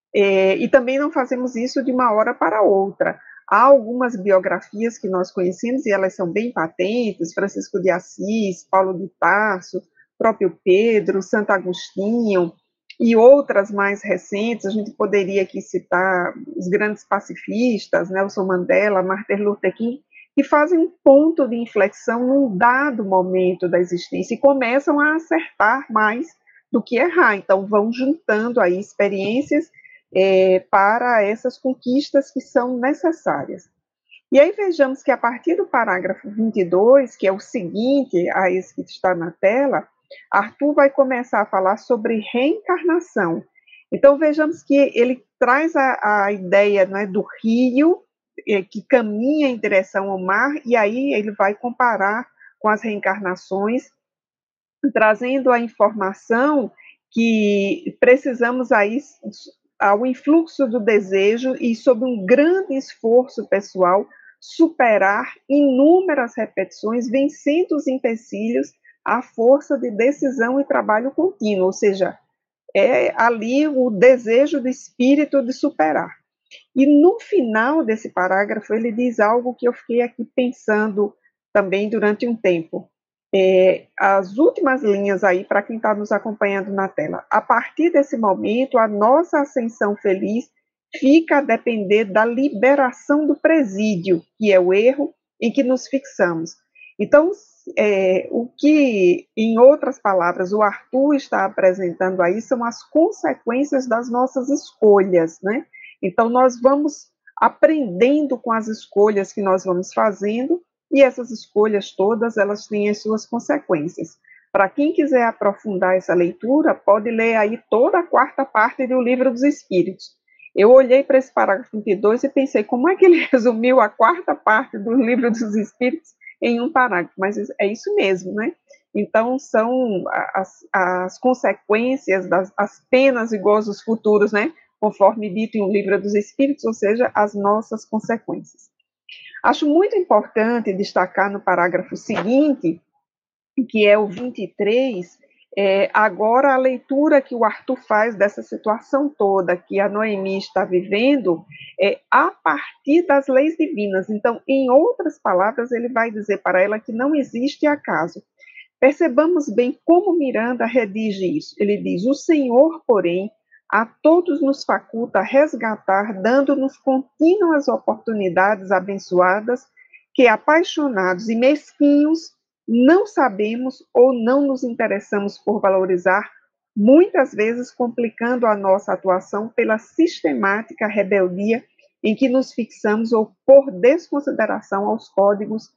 e também não fazemos isso de uma hora para outra. Há algumas biografias que nós conhecemos, e elas são bem patentes: Francisco de Assis, Paulo de Tarso, próprio Pedro, Santo Agostinho, e outras mais recentes. A gente poderia aqui citar os grandes pacifistas, Nelson Mandela, Martin Luther King, que fazem um ponto de inflexão num dado momento da existência e começam a acertar mais do que errar. Então, vão juntando aí experiências para essas conquistas que são necessárias. E aí vejamos que a partir do parágrafo 22, que é o seguinte a esse que está na tela, Arthur vai começar a falar sobre reencarnação. Então vejamos que ele traz a ideia, né, do rio que caminha em direção ao mar, e aí ele vai comparar com as reencarnações, trazendo a informação que precisamos aí ao influxo do desejo e sob um grande esforço pessoal superar inúmeras repetições, vencendo os empecilhos à força de decisão e trabalho contínuo, ou seja, é ali o desejo do espírito de superar. E no final desse parágrafo ele diz algo que eu fiquei aqui pensando também durante um tempo. As últimas linhas aí, para quem está nos acompanhando na tela. A partir desse momento, a nossa ascensão feliz fica a depender da liberação do presídio, que é o erro em que nos fixamos. Então, o que, em outras palavras, o Arthur está apresentando aí são as consequências das nossas escolhas, né? Então, nós vamos aprendendo com as escolhas que nós vamos fazendo, e essas escolhas todas, elas têm as suas consequências. Para quem quiser aprofundar essa leitura, pode ler aí toda a quarta parte do Livro dos Espíritos. Eu olhei para esse parágrafo 22 e pensei, como é que ele resumiu a quarta parte do Livro dos Espíritos em um parágrafo? Mas é isso mesmo, né? Então, são as consequências, as penas e gozos futuros, né? Conforme dito em O Livro dos Espíritos, ou seja, as nossas consequências. Acho muito importante destacar no parágrafo seguinte, que é o 23, agora a leitura que o Arthur faz dessa situação toda que a Noemi está vivendo a partir das leis divinas. Então, em outras palavras, ele vai dizer para ela que não existe acaso. Percebamos bem como Miranda redige isso. Ele diz: o Senhor, porém, a todos nos faculta resgatar, dando-nos contínuas oportunidades abençoadas, que apaixonados e mesquinhos não sabemos ou não nos interessamos por valorizar, muitas vezes complicando a nossa atuação pela sistemática rebeldia em que nos fixamos ou por desconsideração aos códigos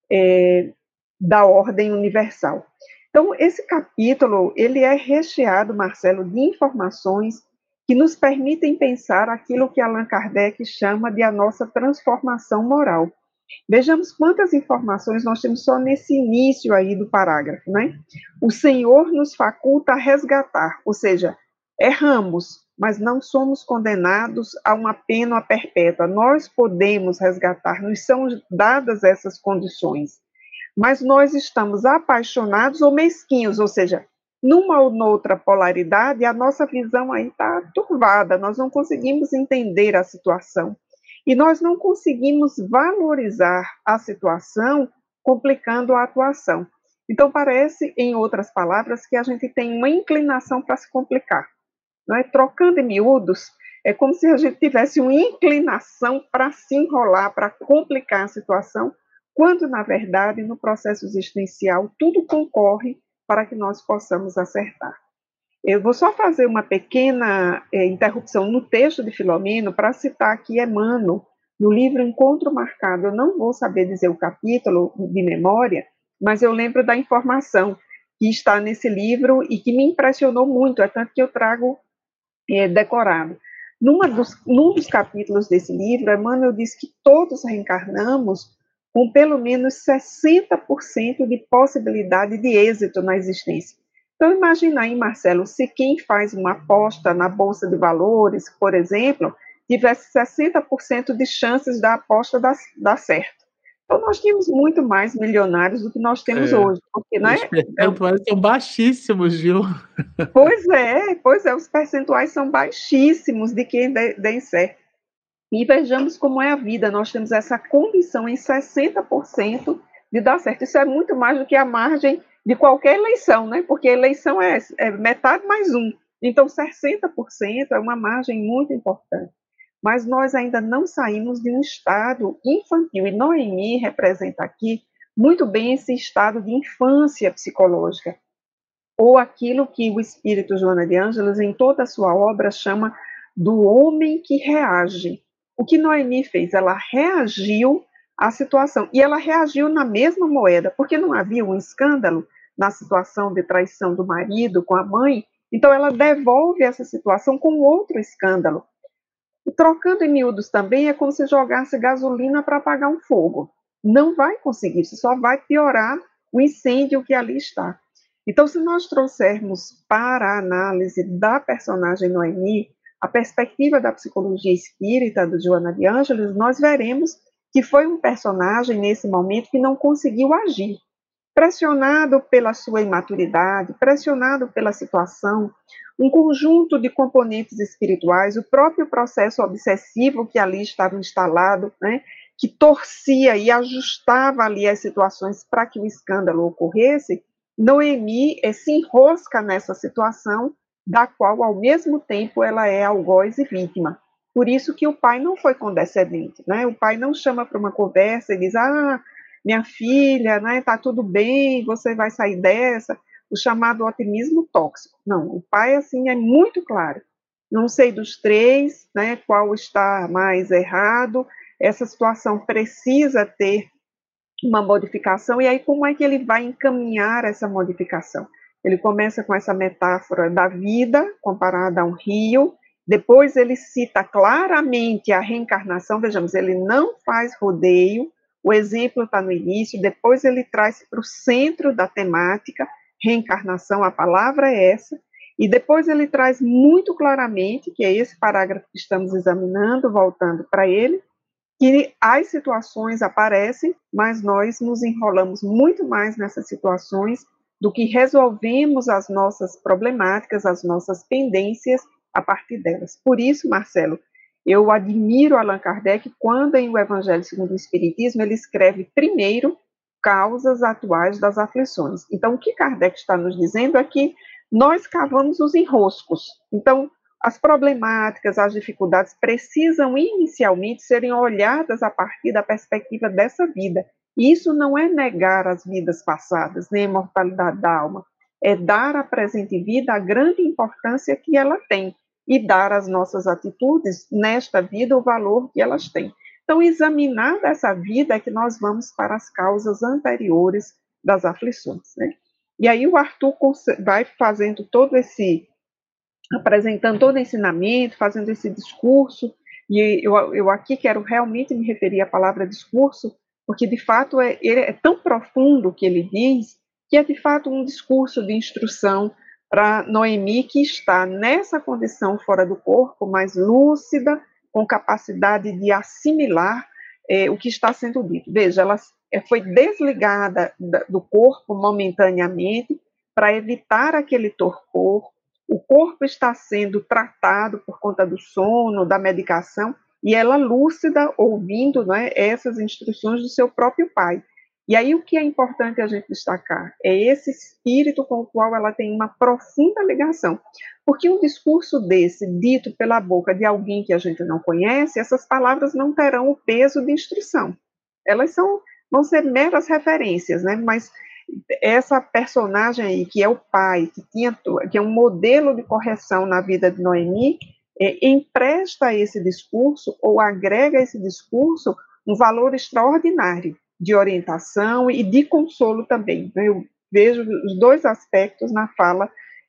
da ordem universal. Então, esse capítulo, ele é recheado, Marcelo, de informações que nos permitem pensar aquilo que Allan Kardec chama de a nossa transformação moral. Vejamos quantas informações nós temos só nesse início aí do parágrafo, né? O Senhor nos faculta a resgatar, ou seja, erramos, mas não somos condenados a uma pena perpétua. Nós podemos resgatar, nos são dadas essas condições. Mas nós estamos apaixonados ou mesquinhos, ou seja, numa ou noutra polaridade, a nossa visão aí está turvada, nós não conseguimos entender a situação. E nós não conseguimos valorizar a situação, complicando a atuação. Então, parece, em outras palavras, que a gente tem uma inclinação para se complicar. Não é? Trocando em miúdos, é como se a gente tivesse uma inclinação para se enrolar, para complicar a situação, quando, na verdade, no processo existencial, tudo concorre para que nós possamos acertar. Eu vou só fazer uma pequena interrupção no texto de Filomeno para citar aqui Emmanuel, no livro Encontro Marcado. Eu não vou saber dizer o capítulo de memória, mas eu lembro da informação que está nesse livro e que me impressionou muito, é tanto que eu trago decorado. Num dos capítulos desse livro, Emmanuel diz que todos reencarnamos com pelo menos 60% de possibilidade de êxito na existência. Então, imagina aí, Marcelo, se quem faz uma aposta na Bolsa de Valores, por exemplo, tivesse 60% de chances da aposta dar certo. Então, nós tínhamos muito mais milionários do que nós temos hoje. Porque, né, os percentuais são baixíssimos, viu? Pois é, os percentuais são baixíssimos de quem dê certo. E vejamos como é a vida, nós temos essa condição em 60% de dar certo. Isso é muito mais do que a margem de qualquer eleição, né? Porque a eleição é metade mais um. Então, 60% é uma margem muito importante. Mas nós ainda não saímos de um estado infantil. E Noemi representa aqui muito bem esse estado de infância psicológica, ou aquilo que o espírito Joana de Ângeles, em toda a sua obra, chama do homem que reage. O que Noemi fez? Ela reagiu à situação, e ela reagiu na mesma moeda, porque não havia um escândalo na situação de traição do marido com a mãe, então ela devolve essa situação com outro escândalo. E trocando em miúdos também é como se jogasse gasolina para apagar um fogo. Não vai conseguir, você só vai piorar o incêndio que ali está. Então, se nós trouxermos para a análise da personagem Noemi a perspectiva da psicologia espírita do Joana de Ângeles, nós veremos que foi um personagem nesse momento que não conseguiu agir, pressionado pela sua imaturidade, pressionado pela situação, um conjunto de componentes espirituais, o próprio processo obsessivo que ali estava instalado, né, que torcia e ajustava ali as situações para que o escândalo ocorresse. Noemi se enrosca nessa situação, da qual, ao mesmo tempo, ela é algoz e vítima. Por isso que o pai não foi condescendente, né? O pai não chama para uma conversa e diz, minha filha, né, tá tudo bem, você vai sair dessa, o chamado otimismo tóxico. Não, o pai, assim, é muito claro. Não sei dos três, né, qual está mais errado, essa situação precisa ter uma modificação, e aí como é que ele vai encaminhar essa modificação? Ele começa com essa metáfora da vida, comparada a um rio, depois ele cita claramente a reencarnação, vejamos, ele não faz rodeio, o exemplo está no início, depois ele traz para o centro da temática, reencarnação, a palavra é essa, e depois ele traz muito claramente, que é esse parágrafo que estamos examinando, voltando para ele, que as situações aparecem, mas nós nos enrolamos muito mais nessas situações do que resolvemos as nossas problemáticas, as nossas pendências a partir delas. Por isso, Marcelo, eu admiro Allan Kardec quando em O Evangelho segundo o Espiritismo ele escreve primeiro causas atuais das aflições. Então, o que Kardec está nos dizendo é que nós cavamos os enroscos. Então, as problemáticas, as dificuldades precisam inicialmente serem olhadas a partir da perspectiva dessa vida. E isso não é negar as vidas passadas, nem a imortalidade da alma. É dar à presente vida a grande importância que ela tem e dar às nossas atitudes nesta vida o valor que elas têm. Então, examinar essa vida é que nós vamos para as causas anteriores das aflições, né? E aí o Arthur vai fazendo todo esse apresentando todo o ensinamento, fazendo esse discurso, e eu aqui quero realmente me referir à palavra discurso, porque de fato ele é tão profundo o que ele diz, que é de fato um discurso de instrução para Noemi, que está nessa condição fora do corpo, mais lúcida, com capacidade de assimilar o que está sendo dito. Veja, ela foi desligada do corpo momentaneamente para evitar aquele torpor. O corpo está sendo tratado por conta do sono, da medicação, e ela lúcida, ouvindo, né, essas instruções do seu próprio pai. E aí o que é importante a gente destacar é esse espírito com o qual ela tem uma profunda ligação. Porque um discurso desse, dito pela boca de alguém que a gente não conhece, essas palavras não terão o peso de instrução. Elas vão ser meras referências, né? Mas essa personagem aí, que é o pai, que é um modelo de correção na vida de Noemi, empresta a esse discurso, ou agrega a esse discurso, um valor extraordinário de orientação e de consolo também. Eu vejo os dois aspectos na fala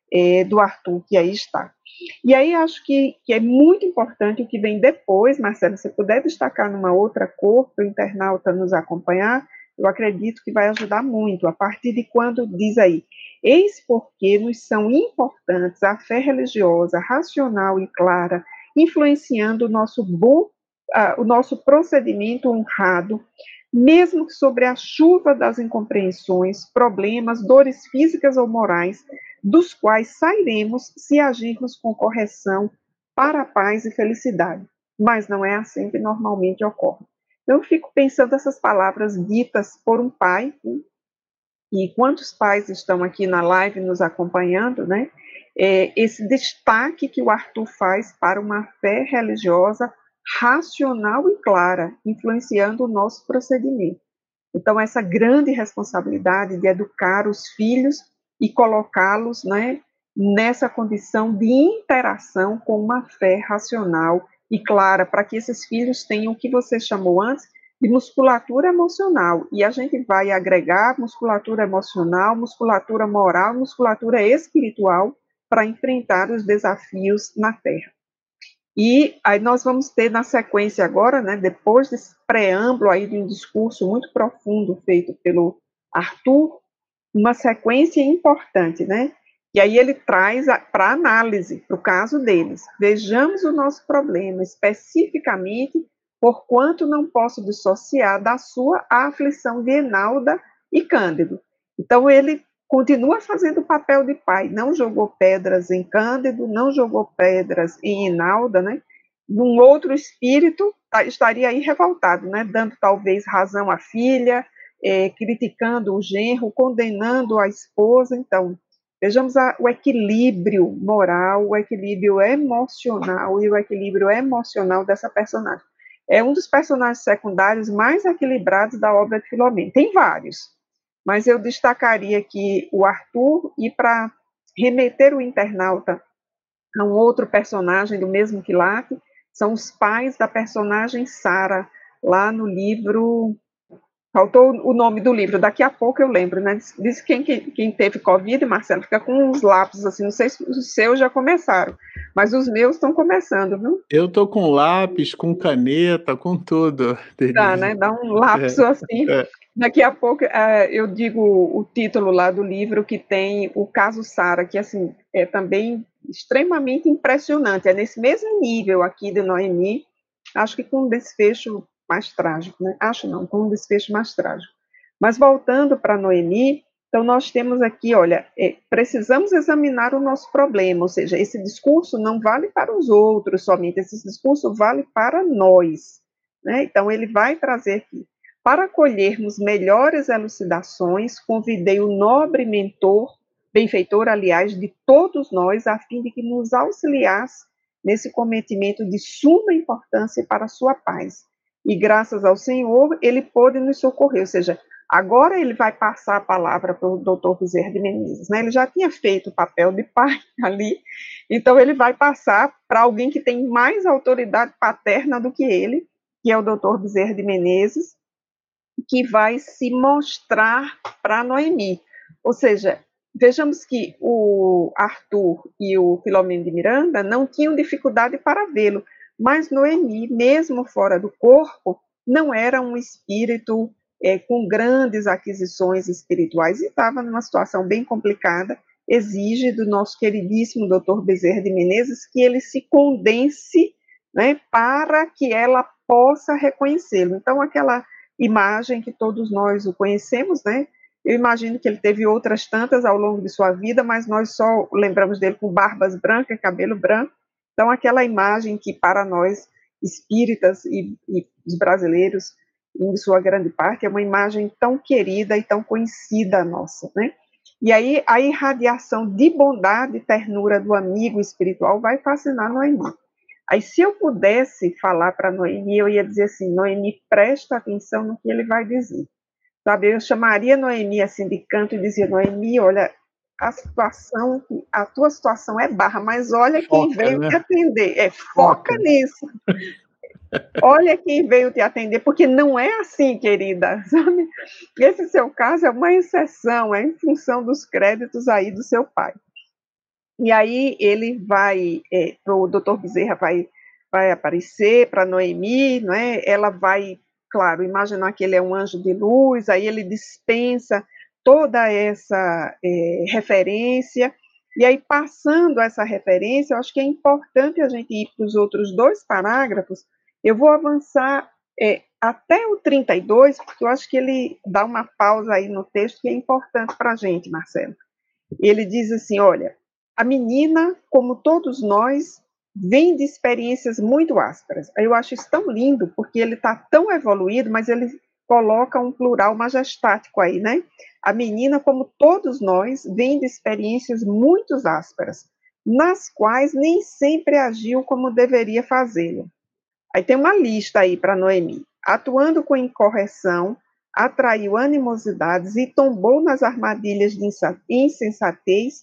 do Arthur, que aí está. E aí acho que é muito importante o que vem depois, Marcelo, se puder destacar numa outra cor, para o internauta nos acompanhar, eu acredito que vai ajudar muito, a partir de quando diz aí, eis porque nos são importantes a fé religiosa, racional e clara, influenciando o nosso procedimento honrado, mesmo que sobre a chuva das incompreensões, problemas, dores físicas ou morais, dos quais sairemos se agirmos com correção para a paz e felicidade. Mas não é assim que normalmente ocorre. Eu fico pensando essas palavras ditas por um pai, né? E quantos pais estão aqui na live nos acompanhando, né? Esse destaque que o Arthur faz para uma fé religiosa racional e clara, influenciando o nosso procedimento. Então, essa grande responsabilidade de educar os filhos e colocá-los, né, nessa condição de interação com uma fé racional e clara, para que esses filhos tenham o que você chamou antes de musculatura emocional. E a gente vai agregar musculatura emocional, musculatura moral, musculatura espiritual para enfrentar os desafios na Terra. E aí nós vamos ter na sequência agora, né, depois desse preâmbulo aí de um discurso muito profundo feito pelo Arthur, uma sequência importante, né? E aí ele traz para análise, para o caso deles. Vejamos o nosso problema especificamente, porquanto não posso dissociar da sua a aflição de Enalda e Cândido. Então ele continua fazendo o papel de pai, não jogou pedras em Cândido, não jogou pedras em Enalda, né? Num outro espírito estaria aí revoltado, né? Dando talvez razão à filha, criticando o genro, condenando a esposa. Então, vejamos o equilíbrio moral, o equilíbrio emocional e o equilíbrio emocional dessa personagem. É um dos personagens secundários mais equilibrados da obra de Filomeno. Tem vários, mas eu destacaria aqui o Arthur, e para remeter o internauta a um outro personagem do mesmo quilate, são os pais da personagem Sara, lá no livro... Faltou o nome do livro, daqui a pouco eu lembro, né? Diz que quem teve Covid, Marcelo, fica com uns lápis assim, não sei se os seus já começaram, mas os meus estão começando, viu? Eu tô com lápis, com caneta, com tudo, Dá, Denise. né? Dá um lapso assim. Daqui a pouco eu digo o título lá do livro, que tem o caso Sara, que assim é também extremamente impressionante. É nesse mesmo nível aqui de Noemi, acho que com um desfecho mais trágico, né? Acho não, com um desfecho mais trágico. Mas voltando para Noemi, então nós temos aqui, olha, precisamos examinar o nosso problema, ou seja, esse discurso não vale para os outros somente, esse discurso vale para nós, né? Então ele vai trazer aqui: para colhermos melhores elucidações, convidei o nobre mentor, benfeitor, aliás, de todos nós, a fim de que nos auxiliasse nesse cometimento de suma importância para a sua paz. E graças ao Senhor, ele pôde nos socorrer, ou seja, agora ele vai passar a palavra para o doutor Bezerra de Menezes, né? Ele já tinha feito o papel de pai ali, então ele vai passar para alguém que tem mais autoridade paterna do que ele, que é o doutor Bezerra de Menezes, que vai se mostrar para Noemi. Ou seja, vejamos que o Arthur e o Filomeno de Miranda não tinham dificuldade para vê-lo, mas Noemi, mesmo fora do corpo, não era um espírito com grandes aquisições espirituais e estava numa situação bem complicada. Exige do nosso queridíssimo doutor Bezerra de Menezes que ele se condense, né, para que ela possa reconhecê-lo. Então, aquela imagem que todos nós o conhecemos, né? Eu imagino que ele teve outras tantas ao longo de sua vida, mas nós só lembramos dele com barbas brancas, cabelo branco. Então, aquela imagem que para nós espíritas e os brasileiros, em sua grande parte, é uma imagem tão querida e tão conhecida nossa, né? E aí a irradiação de bondade e ternura do amigo espiritual vai fascinar Noemi. Aí, se eu pudesse falar para Noemi, eu ia dizer assim: Noemi, presta atenção no que ele vai dizer. Sabe, eu chamaria Noemi assim de canto e dizia: Noemi, olha, a tua situação é barra, mas olha quem veio te atender. Foca nisso. Olha quem veio te atender, porque não é assim, querida, sabe? Esse seu caso é uma exceção, é em função dos créditos aí do seu pai. E aí ele vai, o doutor Bezerra vai aparecer para Noemi, não é? Ela vai, claro, imaginar que ele é um anjo de luz, aí ele dispensa toda essa referência, e aí passando essa referência, eu acho que é importante a gente ir para os outros 2 parágrafos. Eu vou avançar até o 32, porque eu acho que ele dá uma pausa aí no texto que é importante para a gente, Marcelo. Ele diz assim, olha: a menina, como todos nós, vem de experiências muito ásperas. Eu acho isso tão lindo, porque ele está tão evoluído, mas ele coloca um plural majestático aí, né? A menina, como todos nós, vem de experiências muito ásperas, nas quais nem sempre agiu como deveria fazê-lo. Aí tem uma lista aí para Noemi. Atuando com incorreção, atraiu animosidades e tombou nas armadilhas de insensatez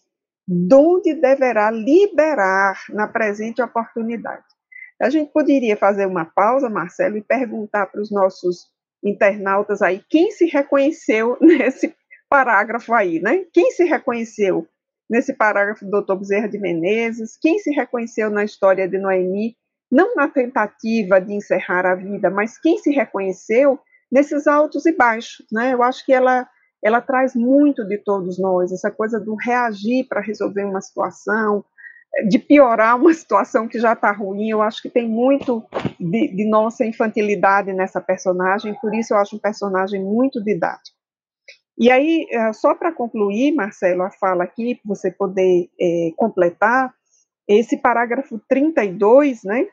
donde deverá liberar na presente oportunidade. A gente poderia fazer uma pausa, Marcelo, e perguntar para os nossos internautas aí quem se reconheceu nesse parágrafo aí, né? Quem se reconheceu nesse parágrafo do Dr. Bezerra de Menezes? Quem se reconheceu na história de Noemi? Não na tentativa de encerrar a vida, mas quem se reconheceu nesses altos e baixos, né? Eu acho que ela traz muito de todos nós, essa coisa do reagir para resolver uma situação, de piorar uma situação que já está ruim. Eu acho que tem muito de nossa infantilidade nessa personagem, por isso eu acho um personagem muito didático. E aí, só para concluir, Marcelo, a fala aqui, para você poder completar, esse parágrafo 32, né,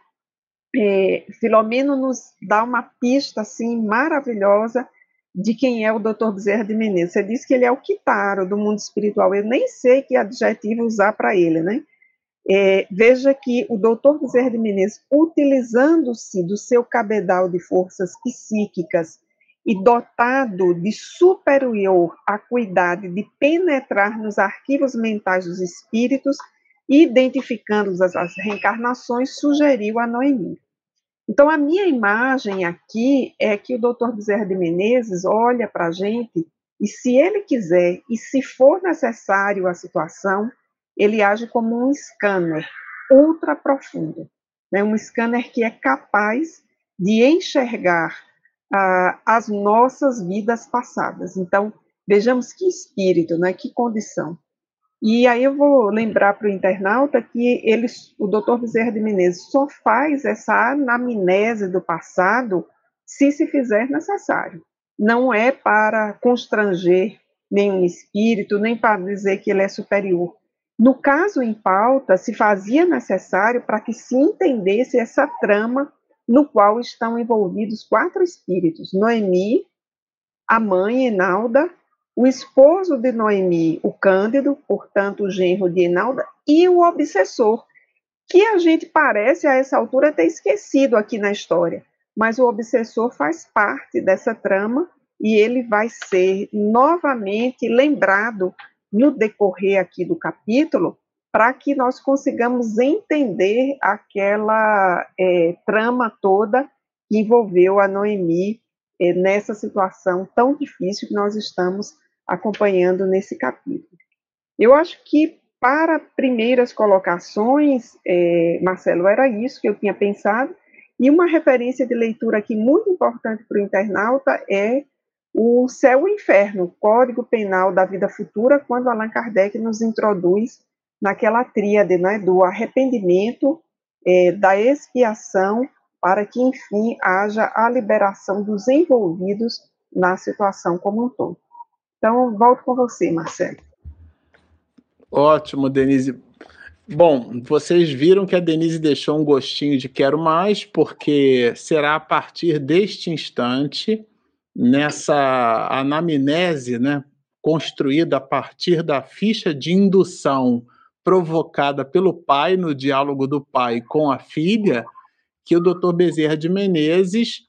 Filomeno nos dá uma pista assim, maravilhosa de quem é o Dr. Bezerra de Menezes. Você disse que ele é o Kitaro do mundo espiritual, eu nem sei que adjetivo usar para ele, né? Veja que o Dr. Bezerra de Menezes, utilizando-se do seu cabedal de forças psíquicas e dotado de superior acuidade de penetrar nos arquivos mentais dos espíritos, identificando as reencarnações, sugeriu a Noemi. Então, a minha imagem aqui é que o Dr. Bezerra de Menezes olha para a gente e, se ele quiser e se for necessário a situação, ele age como um scanner ultra profundo, né? Um scanner que é capaz de enxergar as nossas vidas passadas. Então, vejamos que espírito, né? Que condição. E aí eu vou lembrar para o internauta que o Dr. Bezerra de Menezes só faz essa anamnese do passado se fizer necessário. Não é para constranger nenhum espírito, nem para dizer que ele é superior. No caso em pauta, se fazia necessário para que se entendesse essa trama no qual estão envolvidos 4 espíritos: Noemi, a mãe, Enalda, o esposo de Noemi, o Cândido, portanto, o genro de Enalda, e o obsessor, que a gente parece, a essa altura, ter esquecido aqui na história. Mas o obsessor faz parte dessa trama e ele vai ser novamente lembrado no decorrer aqui do capítulo, para que nós consigamos entender aquela trama toda que envolveu a Noemi nessa situação tão difícil que nós estamos acompanhando nesse capítulo. Eu acho que para primeiras colocações, Marcelo, era isso que eu tinha pensado, e uma referência de leitura aqui muito importante para o internauta é o Céu e o Inferno, Código Penal da Vida Futura, quando Allan Kardec nos introduz naquela tríade, né, do arrependimento, da expiação, para que, enfim, haja a liberação dos envolvidos na situação como um todo. Então, volto com você, Marcelo. Ótimo, Denise. Bom, vocês viram que a Denise deixou um gostinho de quero mais, porque será a partir deste instante, nessa anamnese, né, construída a partir da ficha de indução provocada pelo pai, no diálogo do pai com a filha, que o Dr. Bezerra de Menezes,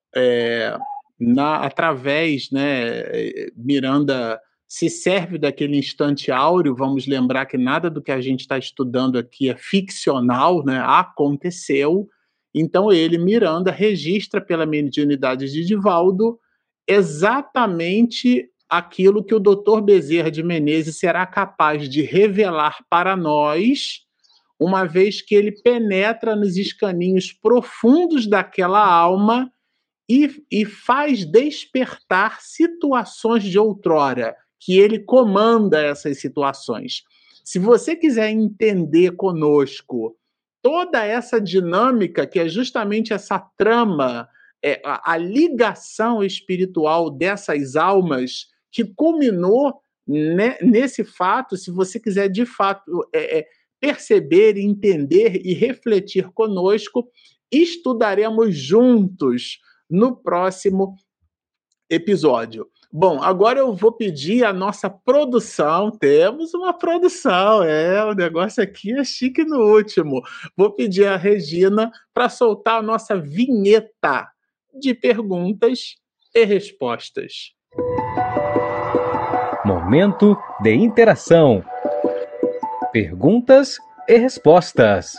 através, né, Miranda se serve daquele instante áureo. Vamos lembrar que nada do que a gente está estudando aqui é ficcional, né, aconteceu. Então ele, Miranda, registra pela mediunidade de Divaldo exatamente aquilo que o Dr. Bezerra de Menezes será capaz de revelar para nós, uma vez que ele penetra nos escaninhos profundos daquela alma e faz despertar situações de outrora, que ele comanda essas situações. Se você quiser entender conosco toda essa dinâmica, que é justamente essa trama, a ligação espiritual dessas almas que culminou nesse fato, se você quiser de fato perceber, entender e refletir conosco, estudaremos juntos no próximo episódio. Bom, agora eu vou pedir a nossa produção. Temos uma produção, o negócio aqui é chique no último. Vou pedir a Regina para soltar a nossa vinheta de perguntas e respostas. Momento de interação. Perguntas e respostas.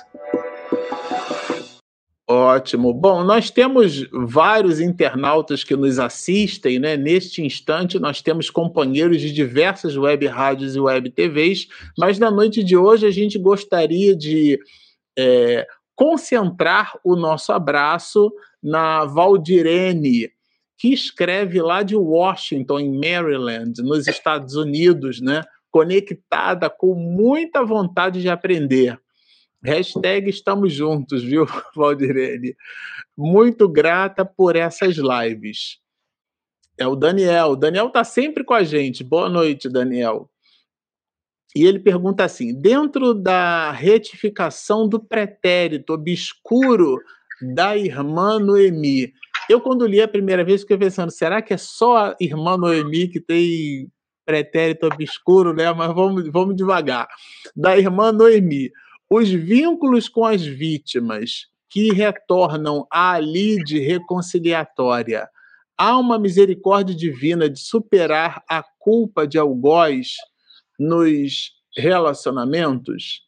Ótimo. Bom, nós temos vários internautas que nos assistem, né? Neste instante, nós temos companheiros de diversas web rádios e web TVs, mas na noite de hoje a gente gostaria de concentrar o nosso abraço na Valdirene, que escreve lá de Washington, em Maryland, nos Estados Unidos, né? Conectada com muita vontade de aprender. Hashtag estamos juntos, viu, Valdirene? Muito grata por essas lives. É o Daniel. O Daniel está sempre com a gente. Boa noite, Daniel. E ele pergunta assim: dentro da retificação do pretérito obscuro da irmã Noemi, eu, quando li a primeira vez, fiquei pensando, será que é só a irmã Noemi que tem pretérito obscuro, né? Mas vamos devagar. Da irmã Noemi, os vínculos com as vítimas que retornam à lide reconciliatória, há uma misericórdia divina de superar a culpa de algoz nos relacionamentos?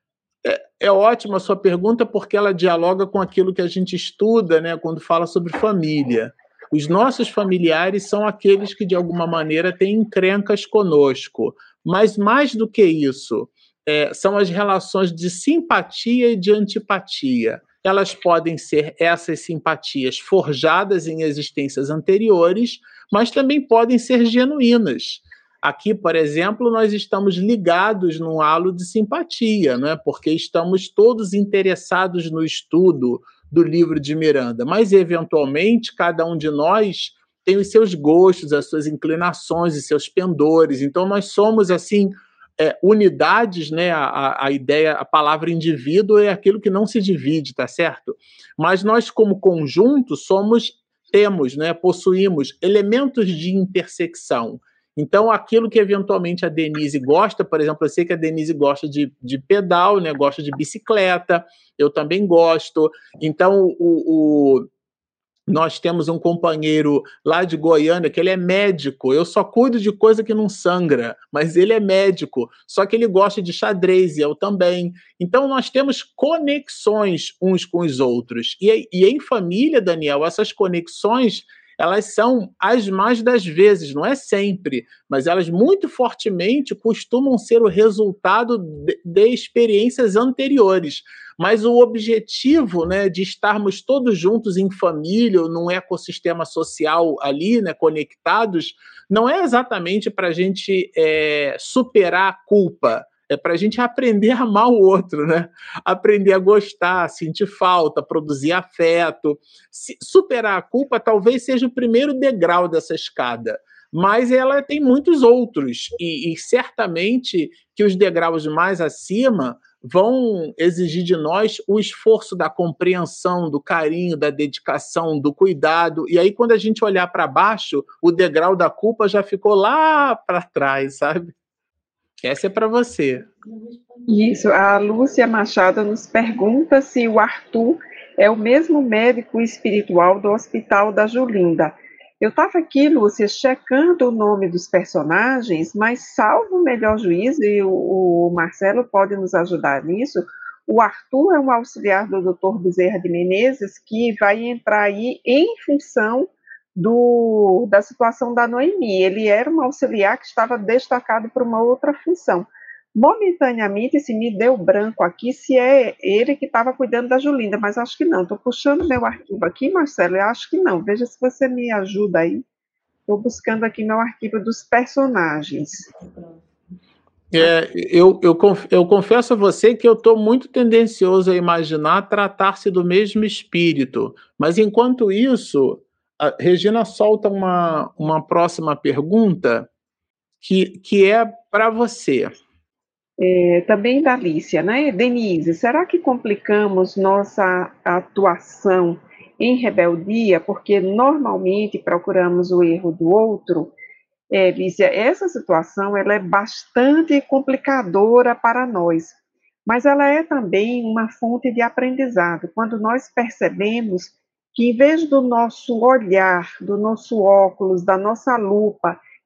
É ótima a sua pergunta, porque ela dialoga com aquilo que a gente estuda, né, quando fala sobre família. Os nossos familiares são aqueles que, de alguma maneira, têm encrencas conosco. Mas, mais do que isso, são as relações de simpatia e de antipatia. Elas podem ser essas simpatias forjadas em existências anteriores, mas também podem ser genuínas. Aqui, por exemplo, nós estamos ligados num halo de simpatia, né? Porque estamos todos interessados no estudo do livro de Miranda, mas, eventualmente, cada um de nós tem os seus gostos, as suas inclinações e seus pendores. Então, nós somos, assim, unidades, né? A ideia, a palavra indivíduo é aquilo que não se divide, tá certo? Mas nós, como conjunto, temos, né? Possuímos elementos de intersecção. Então, aquilo que eventualmente a Denise gosta, por exemplo, eu sei que a Denise gosta de pedal, né? Gosta de bicicleta, eu também gosto. Então, nós temos um companheiro lá de Goiânia que ele é médico. Eu só cuido de coisa que não sangra, mas ele é médico. Só que ele gosta de xadrez e eu também. Então nós temos conexões uns com os outros. E em família, Daniel, essas conexões elas são as mais das vezes, não é sempre, mas elas muito fortemente costumam ser o resultado de experiências anteriores. Mas o objetivo, né, de estarmos todos juntos em família, num ecossistema social ali, né, conectados, não é exatamente para a gente superar a culpa, é para a gente aprender a amar o outro, né? Aprender a gostar, sentir falta, produzir afeto. Superar a culpa talvez seja o primeiro degrau dessa escada, mas ela tem muitos outros, e certamente que os degraus mais acima vão exigir de nós o esforço da compreensão, do carinho, da dedicação, do cuidado. E aí, quando a gente olhar para baixo, o degrau da culpa já ficou lá para trás, sabe? Essa é para você. Isso, a Lúcia Machado nos pergunta se o Arthur é o mesmo médico espiritual do Hospital da Julinda. Eu estava aqui, Lúcia, checando o nome dos personagens, mas salvo o melhor juízo, e o Marcelo pode nos ajudar nisso, o Arthur é um auxiliar do Dr. Bezerra de Menezes que vai entrar aí em função da situação da Noemi. Ele era um auxiliar que estava destacado para uma outra função. Momentaneamente, se me deu branco aqui, se é ele que estava cuidando da Julinda, mas acho que não. Estou puxando meu arquivo aqui, Marcelo, eu acho que não. Veja se você me ajuda aí. Estou buscando aqui meu arquivo dos personagens. Eu confesso a você que eu estou muito tendencioso a imaginar tratar-se do mesmo espírito, mas enquanto isso, a Regina solta uma próxima pergunta que é para você. Também da Alicia, né? Denise, será que complicamos nossa atuação em rebeldia porque normalmente procuramos o erro do outro? Lícia, essa situação ela é bastante complicadora para nós, mas ela é também uma fonte de aprendizado. Quando nós percebemos que, em vez do nosso olhar, do nosso óculos, da nossa lupa,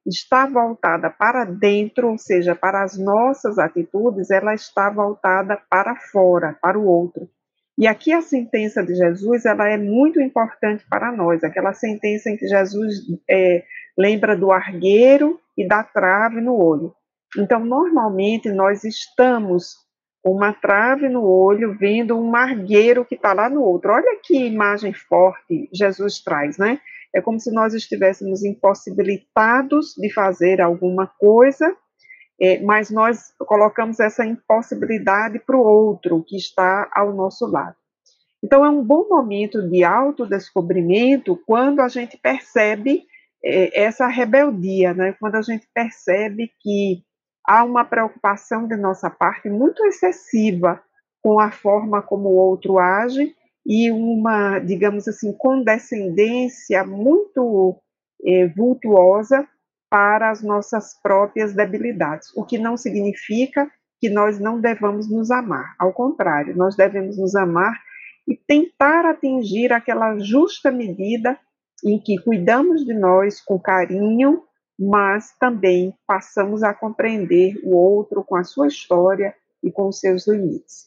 está voltada para dentro, ou seja, para as nossas atitudes, ela está voltada para fora, para o outro. E aqui a sentença de Jesus, ela é muito importante para nós, aquela sentença em que Jesus lembra do argueiro e da trave no olho. Então, normalmente, nós estamos com uma trave no olho, vendo um argueiro que está lá no outro. Olha que imagem forte Jesus traz, né? É como se nós estivéssemos impossibilitados de fazer alguma coisa, mas nós colocamos essa impossibilidade para o outro que está ao nosso lado. Então, é um bom momento de autodescobrimento quando a gente percebe essa rebeldia, né? Quando a gente percebe que há uma preocupação de nossa parte muito excessiva com a forma como o outro age e uma, digamos assim, condescendência muito vultuosa para as nossas próprias debilidades, o que não significa que nós não devamos nos amar. Ao contrário, nós devemos nos amar e tentar atingir aquela justa medida em que cuidamos de nós com carinho, mas também passamos a compreender o outro com a sua história e com os seus limites.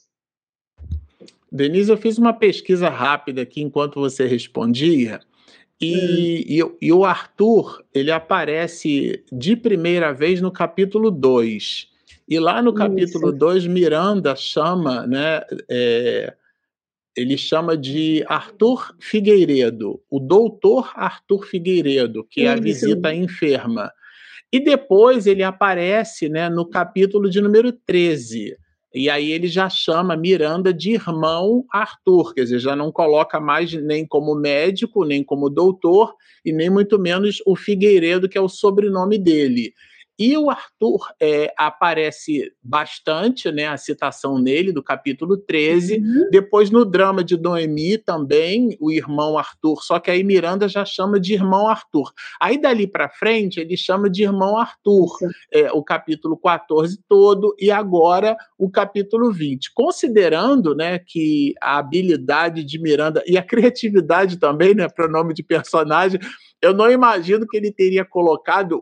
Denise, eu fiz uma pesquisa rápida aqui enquanto você respondia, e o Arthur, ele aparece de primeira vez no capítulo 2. E lá no capítulo 2, Miranda chama, né, ele chama de Arthur Figueiredo, o doutor Arthur Figueiredo, que é a visita enferma. E depois ele aparece, né, no capítulo de número 13. E aí ele já chama Miranda de irmão Arthur, quer dizer, já não coloca mais nem como médico, nem como doutor, e nem muito menos o Figueiredo, que é o sobrenome dele. E o Arthur aparece bastante, né, a citação nele, do capítulo 13. Depois, no drama de Noemi, também, o irmão Arthur, só que aí Miranda já chama de irmão Arthur. Aí, dali para frente, ele chama de irmão Arthur, o capítulo 14 todo, e agora o capítulo 20. Considerando, né, que a habilidade de Miranda, e a criatividade também, né, para o nome de personagem, eu não imagino que ele teria colocado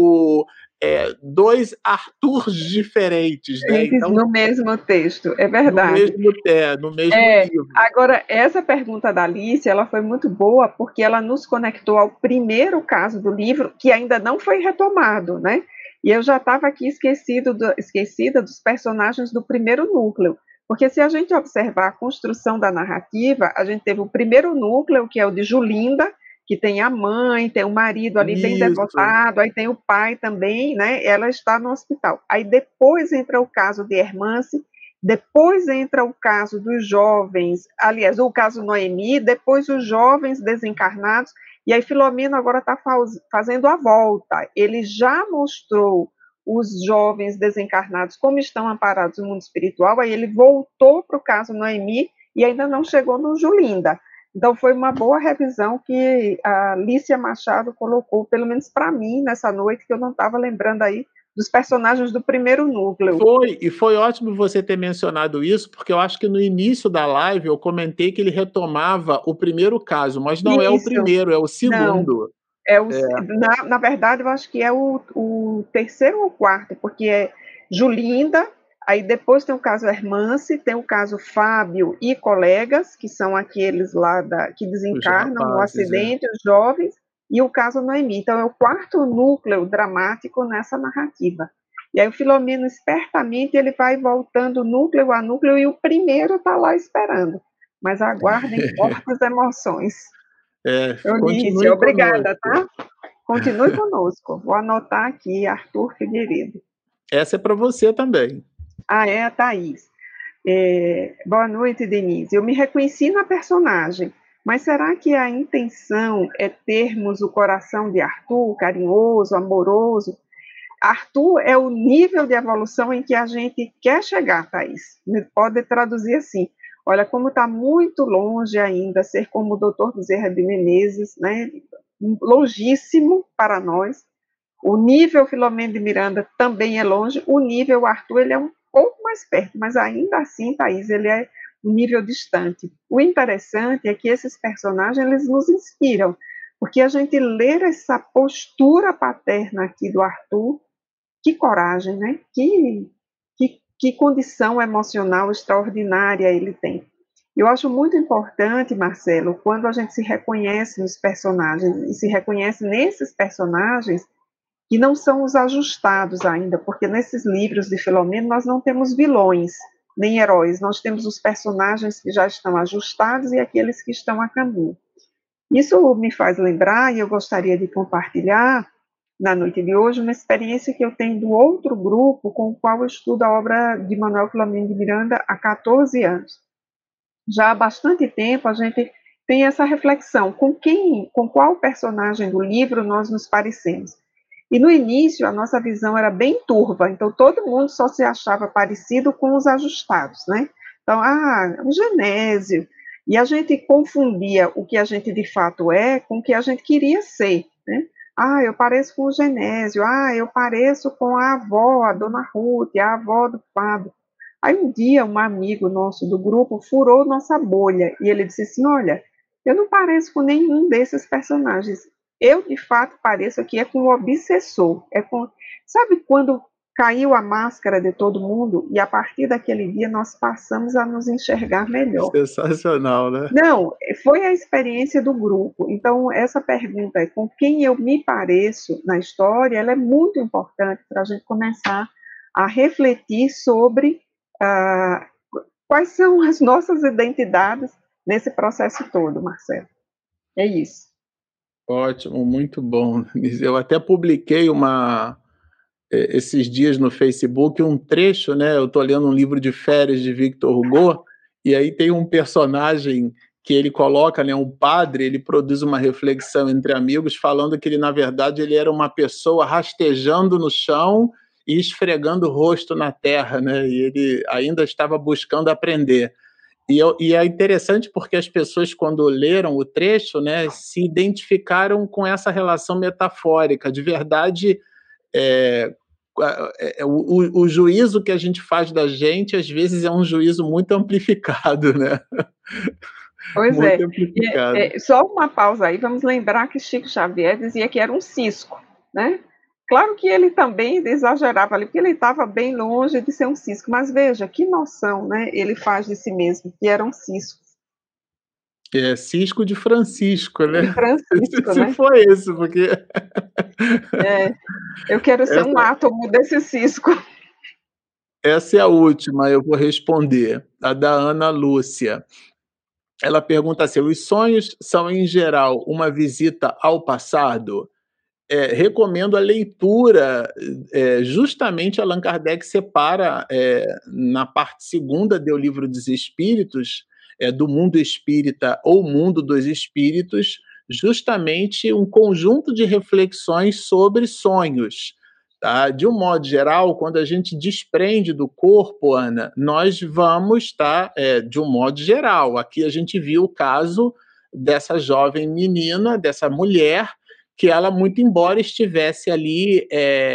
dois Arthurs diferentes, né? Então, no mesmo texto, é verdade. No mesmo livro. Agora, essa pergunta da Alice, ela foi muito boa, porque ela nos conectou ao primeiro caso do livro, que ainda não foi retomado, né? E eu já estava aqui esquecida dos personagens do primeiro núcleo, porque se a gente observar a construção da narrativa, a gente teve o primeiro núcleo, que é o de Julinda, que tem a mãe, tem o marido ali bem devotado, aí tem o pai também, né? Ela está no hospital. Aí depois entra o caso de Hermance, depois entra o caso dos jovens, aliás, o caso Noemi, depois os jovens desencarnados, e aí Filomeno agora está fazendo a volta. Ele já mostrou os jovens desencarnados como estão amparados no mundo espiritual, aí ele voltou para o caso Noemi e ainda não chegou no Julinda. Então, foi uma boa revisão que a Alicia Machado colocou, pelo menos para mim, nessa noite, que eu não estava lembrando aí dos personagens do primeiro núcleo. Foi ótimo você ter mencionado isso, porque eu acho que no início da live eu comentei que ele retomava o primeiro caso, mas não é o primeiro, é o segundo. Não, na verdade, eu acho que é o terceiro ou quarto, porque é Julinda, aí depois tem o caso Hermance, tem o caso Fábio e colegas, que são aqueles lá que desencarnam no acidente, os jovens, e o caso Noemi. Então, é o quarto núcleo dramático nessa narrativa. E aí o Filomeno, espertamente, ele vai voltando núcleo a núcleo, e o primeiro está lá esperando. Mas aguardem fortes emoções. Eunice, obrigada, tá? Continue conosco. Vou anotar aqui, Arthur Figueiredo. Essa é para você também. É a Thaís. Boa noite, Denise. Eu me reconheci na personagem, mas será que a intenção é termos o coração de Arthur, carinhoso, amoroso? Arthur é o nível de evolução em que a gente quer chegar, Thaís. Pode traduzir assim. Olha, como está muito longe ainda ser como o Dr. Bezerra de Menezes, né? Longíssimo para nós. O nível Filomeno de Miranda também é longe. O nível Arthur, ele é um pouco mais perto, mas ainda assim, Thaís, ele é um nível distante. O interessante é que esses personagens, eles nos inspiram, Porque a gente ler essa postura paterna aqui do Arthur, que coragem, né? Que condição emocional extraordinária ele tem. Eu acho muito importante, Marcelo, quando a gente se reconhece nos personagens, e se reconhece nesses personagens que não são os ajustados ainda, porque nesses livros de Filomeno nós não temos vilões, nem heróis, nós temos os personagens que já estão ajustados e aqueles que estão a caminho. Isso me faz lembrar, e eu gostaria de compartilhar na noite de hoje, uma experiência que eu tenho do outro grupo com o qual eu estudo a obra de Manuel Filomeno de Miranda há 14 anos. Já há bastante tempo a gente tem essa reflexão, com qual personagem do livro nós nos parecemos. E no início a nossa visão era bem turva, então todo mundo só se achava parecido com os ajustados, né? Então, o Genésio, e a gente confundia o que a gente de fato é com o que a gente queria ser, né? Eu pareço com o Genésio, eu pareço com a avó, a dona Ruth, a avó do Fábio. Aí um dia um amigo nosso do grupo furou nossa bolha e ele disse assim, olha, eu não pareço com nenhum desses personagens. Eu, de fato, pareço aqui com o obsessor. Sabe quando caiu a máscara de todo mundo e a partir daquele dia nós passamos a nos enxergar melhor. Sensacional, né? Não, foi a experiência do grupo. Então, essa pergunta, com quem eu me pareço na história, ela é muito importante para a gente começar a refletir sobre quais são as nossas identidades nesse processo todo, Marcelo. É isso. Ótimo, muito bom. Eu até publiquei esses dias no Facebook um trecho, né? Eu estou lendo um livro de férias de Victor Hugo, e aí tem um personagem que ele coloca, né, um padre, ele produz uma reflexão entre amigos, falando que ele, na verdade, ele era uma pessoa rastejando no chão e esfregando o rosto na terra, né? E ele ainda estava buscando aprender. E é interessante porque as pessoas, quando leram o trecho, né, se identificaram com essa relação metafórica. De verdade, o juízo que a gente faz da gente, às vezes, é um juízo muito amplificado, né? Pois muito é. amplificado. Só uma pausa aí, vamos lembrar que Chico Xavier dizia que era um cisco, né? Claro que ele também exagerava ali, porque ele estava bem longe de ser um cisco, mas veja, que noção, né, ele faz de si mesmo, que era um cisco. Cisco de Francisco, né? De Francisco, Se né? foi isso, porque... Eu quero ser um átomo desse cisco. Essa é a última, eu vou responder, a da Ana Lúcia. Ela pergunta assim, os sonhos são, em geral, uma visita ao passado? Recomendo a leitura, justamente Allan Kardec separa, na parte segunda do Livro dos Espíritos, do mundo espírita ou mundo dos espíritos, justamente um conjunto de reflexões sobre sonhos. Tá? De um modo geral, quando a gente desprende do corpo, Ana, nós vamos, de um modo geral, aqui a gente viu o caso dessa jovem menina, dessa mulher, que ela, muito embora estivesse ali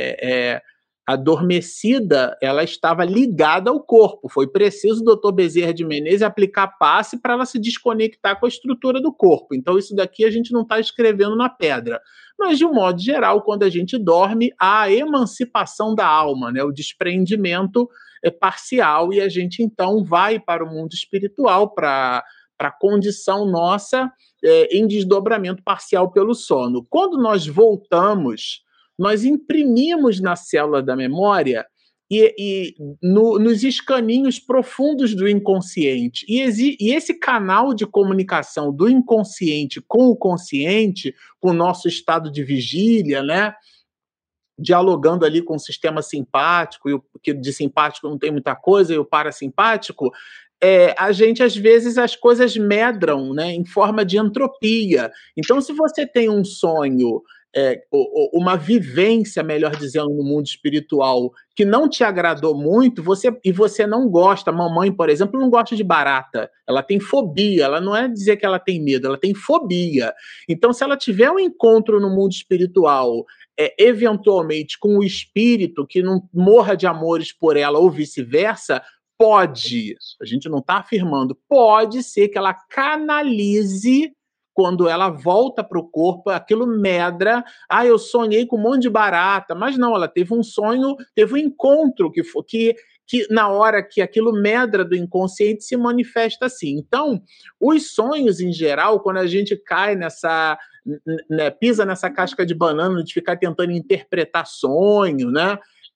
adormecida, ela estava ligada ao corpo. Foi preciso o doutor Bezerra de Menezes aplicar passe para ela se desconectar com a estrutura do corpo. Então, isso daqui a gente não está escrevendo na pedra. Mas, de um modo geral, quando a gente dorme, há a emancipação da alma, né? O desprendimento parcial, e a gente, então, vai para o mundo espiritual, para a condição nossa em desdobramento parcial pelo sono. Quando nós voltamos, nós imprimimos na célula da memória nos escaninhos profundos do inconsciente. E esse canal de comunicação do inconsciente com o consciente, com o nosso estado de vigília, né? Dialogando ali com o sistema simpático, e que de simpático não tem muita coisa, e o parasimpático, a gente, às vezes, as coisas medram, né, em forma de entropia. Então, se você tem um sonho, uma vivência, melhor dizendo, no mundo espiritual, que não te agradou muito, e você não gosta, mamãe, por exemplo, não gosta de barata, ela tem fobia, ela não é dizer que ela tem medo, ela tem fobia. Então, se ela tiver um encontro no mundo espiritual, eventualmente com o espírito que não morra de amores por ela ou vice-versa, pode, a gente não está afirmando, pode ser que ela canalize quando ela volta para o corpo, aquilo medra. Ah, eu sonhei com um monte de barata, mas não, ela teve um sonho, teve um encontro que na hora que aquilo medra do inconsciente se manifesta assim. Então, os sonhos em geral, quando a gente cai nessa, né, pisa nessa casca de banana de ficar tentando interpretar sonho, né?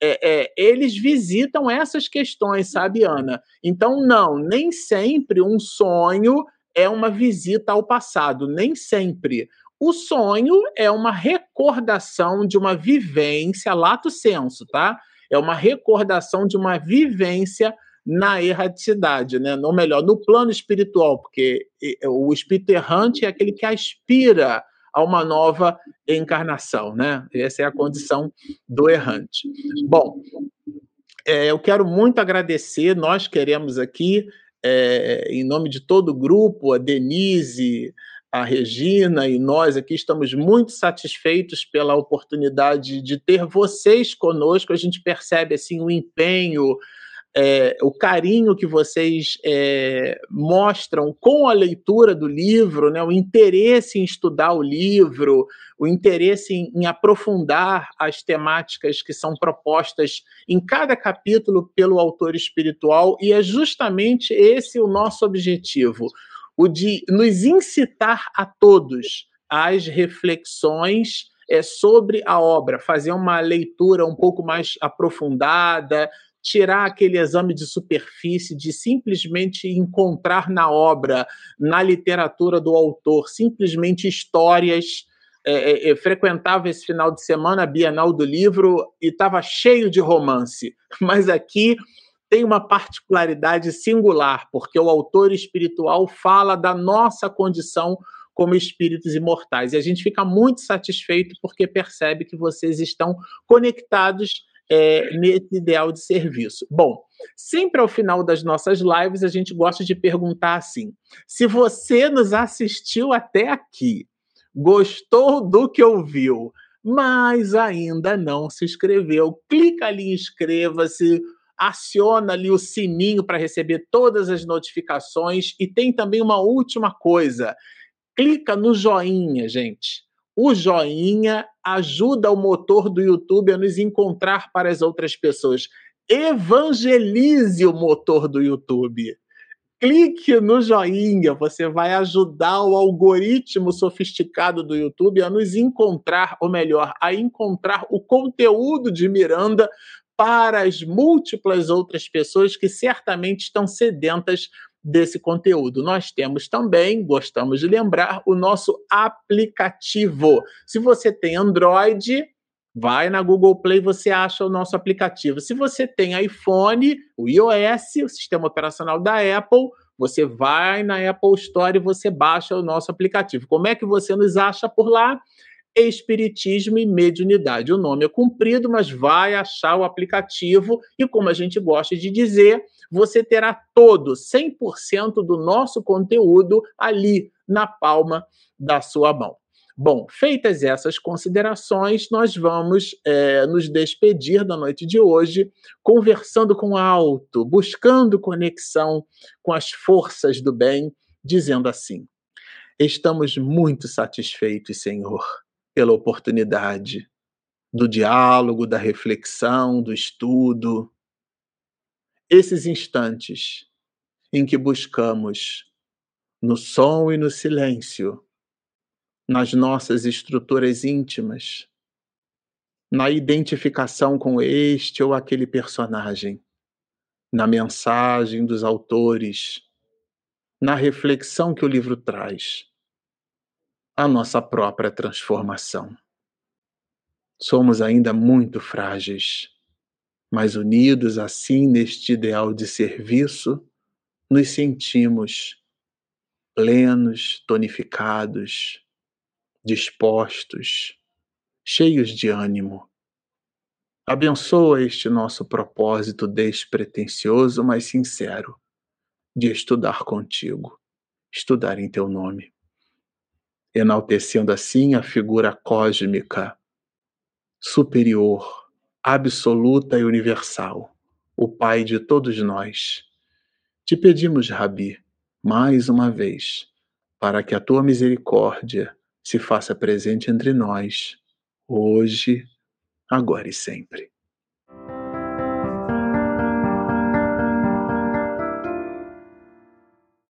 Eles visitam essas questões, sabe, Ana? Então, não, nem sempre um sonho é uma visita ao passado, nem sempre. O sonho é uma recordação de uma vivência, lato sensu, tá? É uma recordação de uma vivência na erraticidade, né? Ou melhor, no plano espiritual, porque o espírito errante é aquele que aspira a uma nova encarnação, né? Essa é a condição do errante. Bom, eu quero muito agradecer, nós queremos aqui, em nome de todo o grupo, a Denise, a Regina e nós aqui estamos muito satisfeitos pela oportunidade de ter vocês conosco. A gente percebe assim o empenho, o carinho que vocês mostram com a leitura do livro, né, o interesse em estudar o livro, o interesse em aprofundar as temáticas que são propostas em cada capítulo pelo autor espiritual, e é justamente esse o nosso objetivo, o de nos incitar a todos às reflexões sobre a obra, fazer uma leitura um pouco mais aprofundada, tirar aquele exame de superfície, de simplesmente encontrar na obra, na literatura do autor, simplesmente histórias. Eu frequentava esse final de semana a Bienal do Livro e estava cheio de romance, mas aqui tem uma particularidade singular, porque o autor espiritual fala da nossa condição como espíritos imortais, e a gente fica muito satisfeito porque percebe que vocês estão conectados nesse ideal de serviço. Bom, sempre ao final das nossas lives a gente gosta de perguntar assim: se você nos assistiu até aqui, gostou do que ouviu, mas ainda não se inscreveu, clica ali em inscreva-se, aciona ali o sininho para receber todas as notificações, e tem também uma última coisa: clica no joinha, gente. O joinha ajuda o motor do YouTube a nos encontrar para as outras pessoas. Evangelize o motor do YouTube. Clique no joinha, você vai ajudar o algoritmo sofisticado do YouTube a nos encontrar, ou melhor, a encontrar o conteúdo de Miranda para as múltiplas outras pessoas que certamente estão sedentas desse conteúdo. Nós temos também, gostamos de lembrar, o nosso aplicativo. Se você tem Android, vai na Google Play, você acha o nosso aplicativo. Se você tem iPhone, o iOS, o sistema operacional da Apple, você vai na Apple Store e você baixa o nosso aplicativo. Como é que você nos acha por lá? Espiritismo e Mediunidade. O nome é comprido, mas vai achar o aplicativo e, como a gente gosta de dizer, você terá todo, 100% do nosso conteúdo ali na palma da sua mão. Bom, feitas essas considerações, nós vamos nos despedir da noite de hoje, conversando com o alto, buscando conexão com as forças do bem, dizendo assim: estamos muito satisfeitos, Senhor, pela oportunidade do diálogo, da reflexão, do estudo. Esses instantes em que buscamos, no som e no silêncio, nas nossas estruturas íntimas, na identificação com este ou aquele personagem, na mensagem dos autores, na reflexão que o livro traz, a nossa própria transformação. Somos ainda muito frágeis, mas unidos assim neste ideal de serviço, nos sentimos plenos, tonificados, dispostos, cheios de ânimo. Abençoa este nosso propósito despretensioso, mas sincero, de estudar contigo, estudar em teu nome, enaltecendo assim a figura cósmica, superior, absoluta e universal, o Pai de todos nós. Te pedimos, Rabi, mais uma vez, para que a tua misericórdia se faça presente entre nós, hoje, agora e sempre.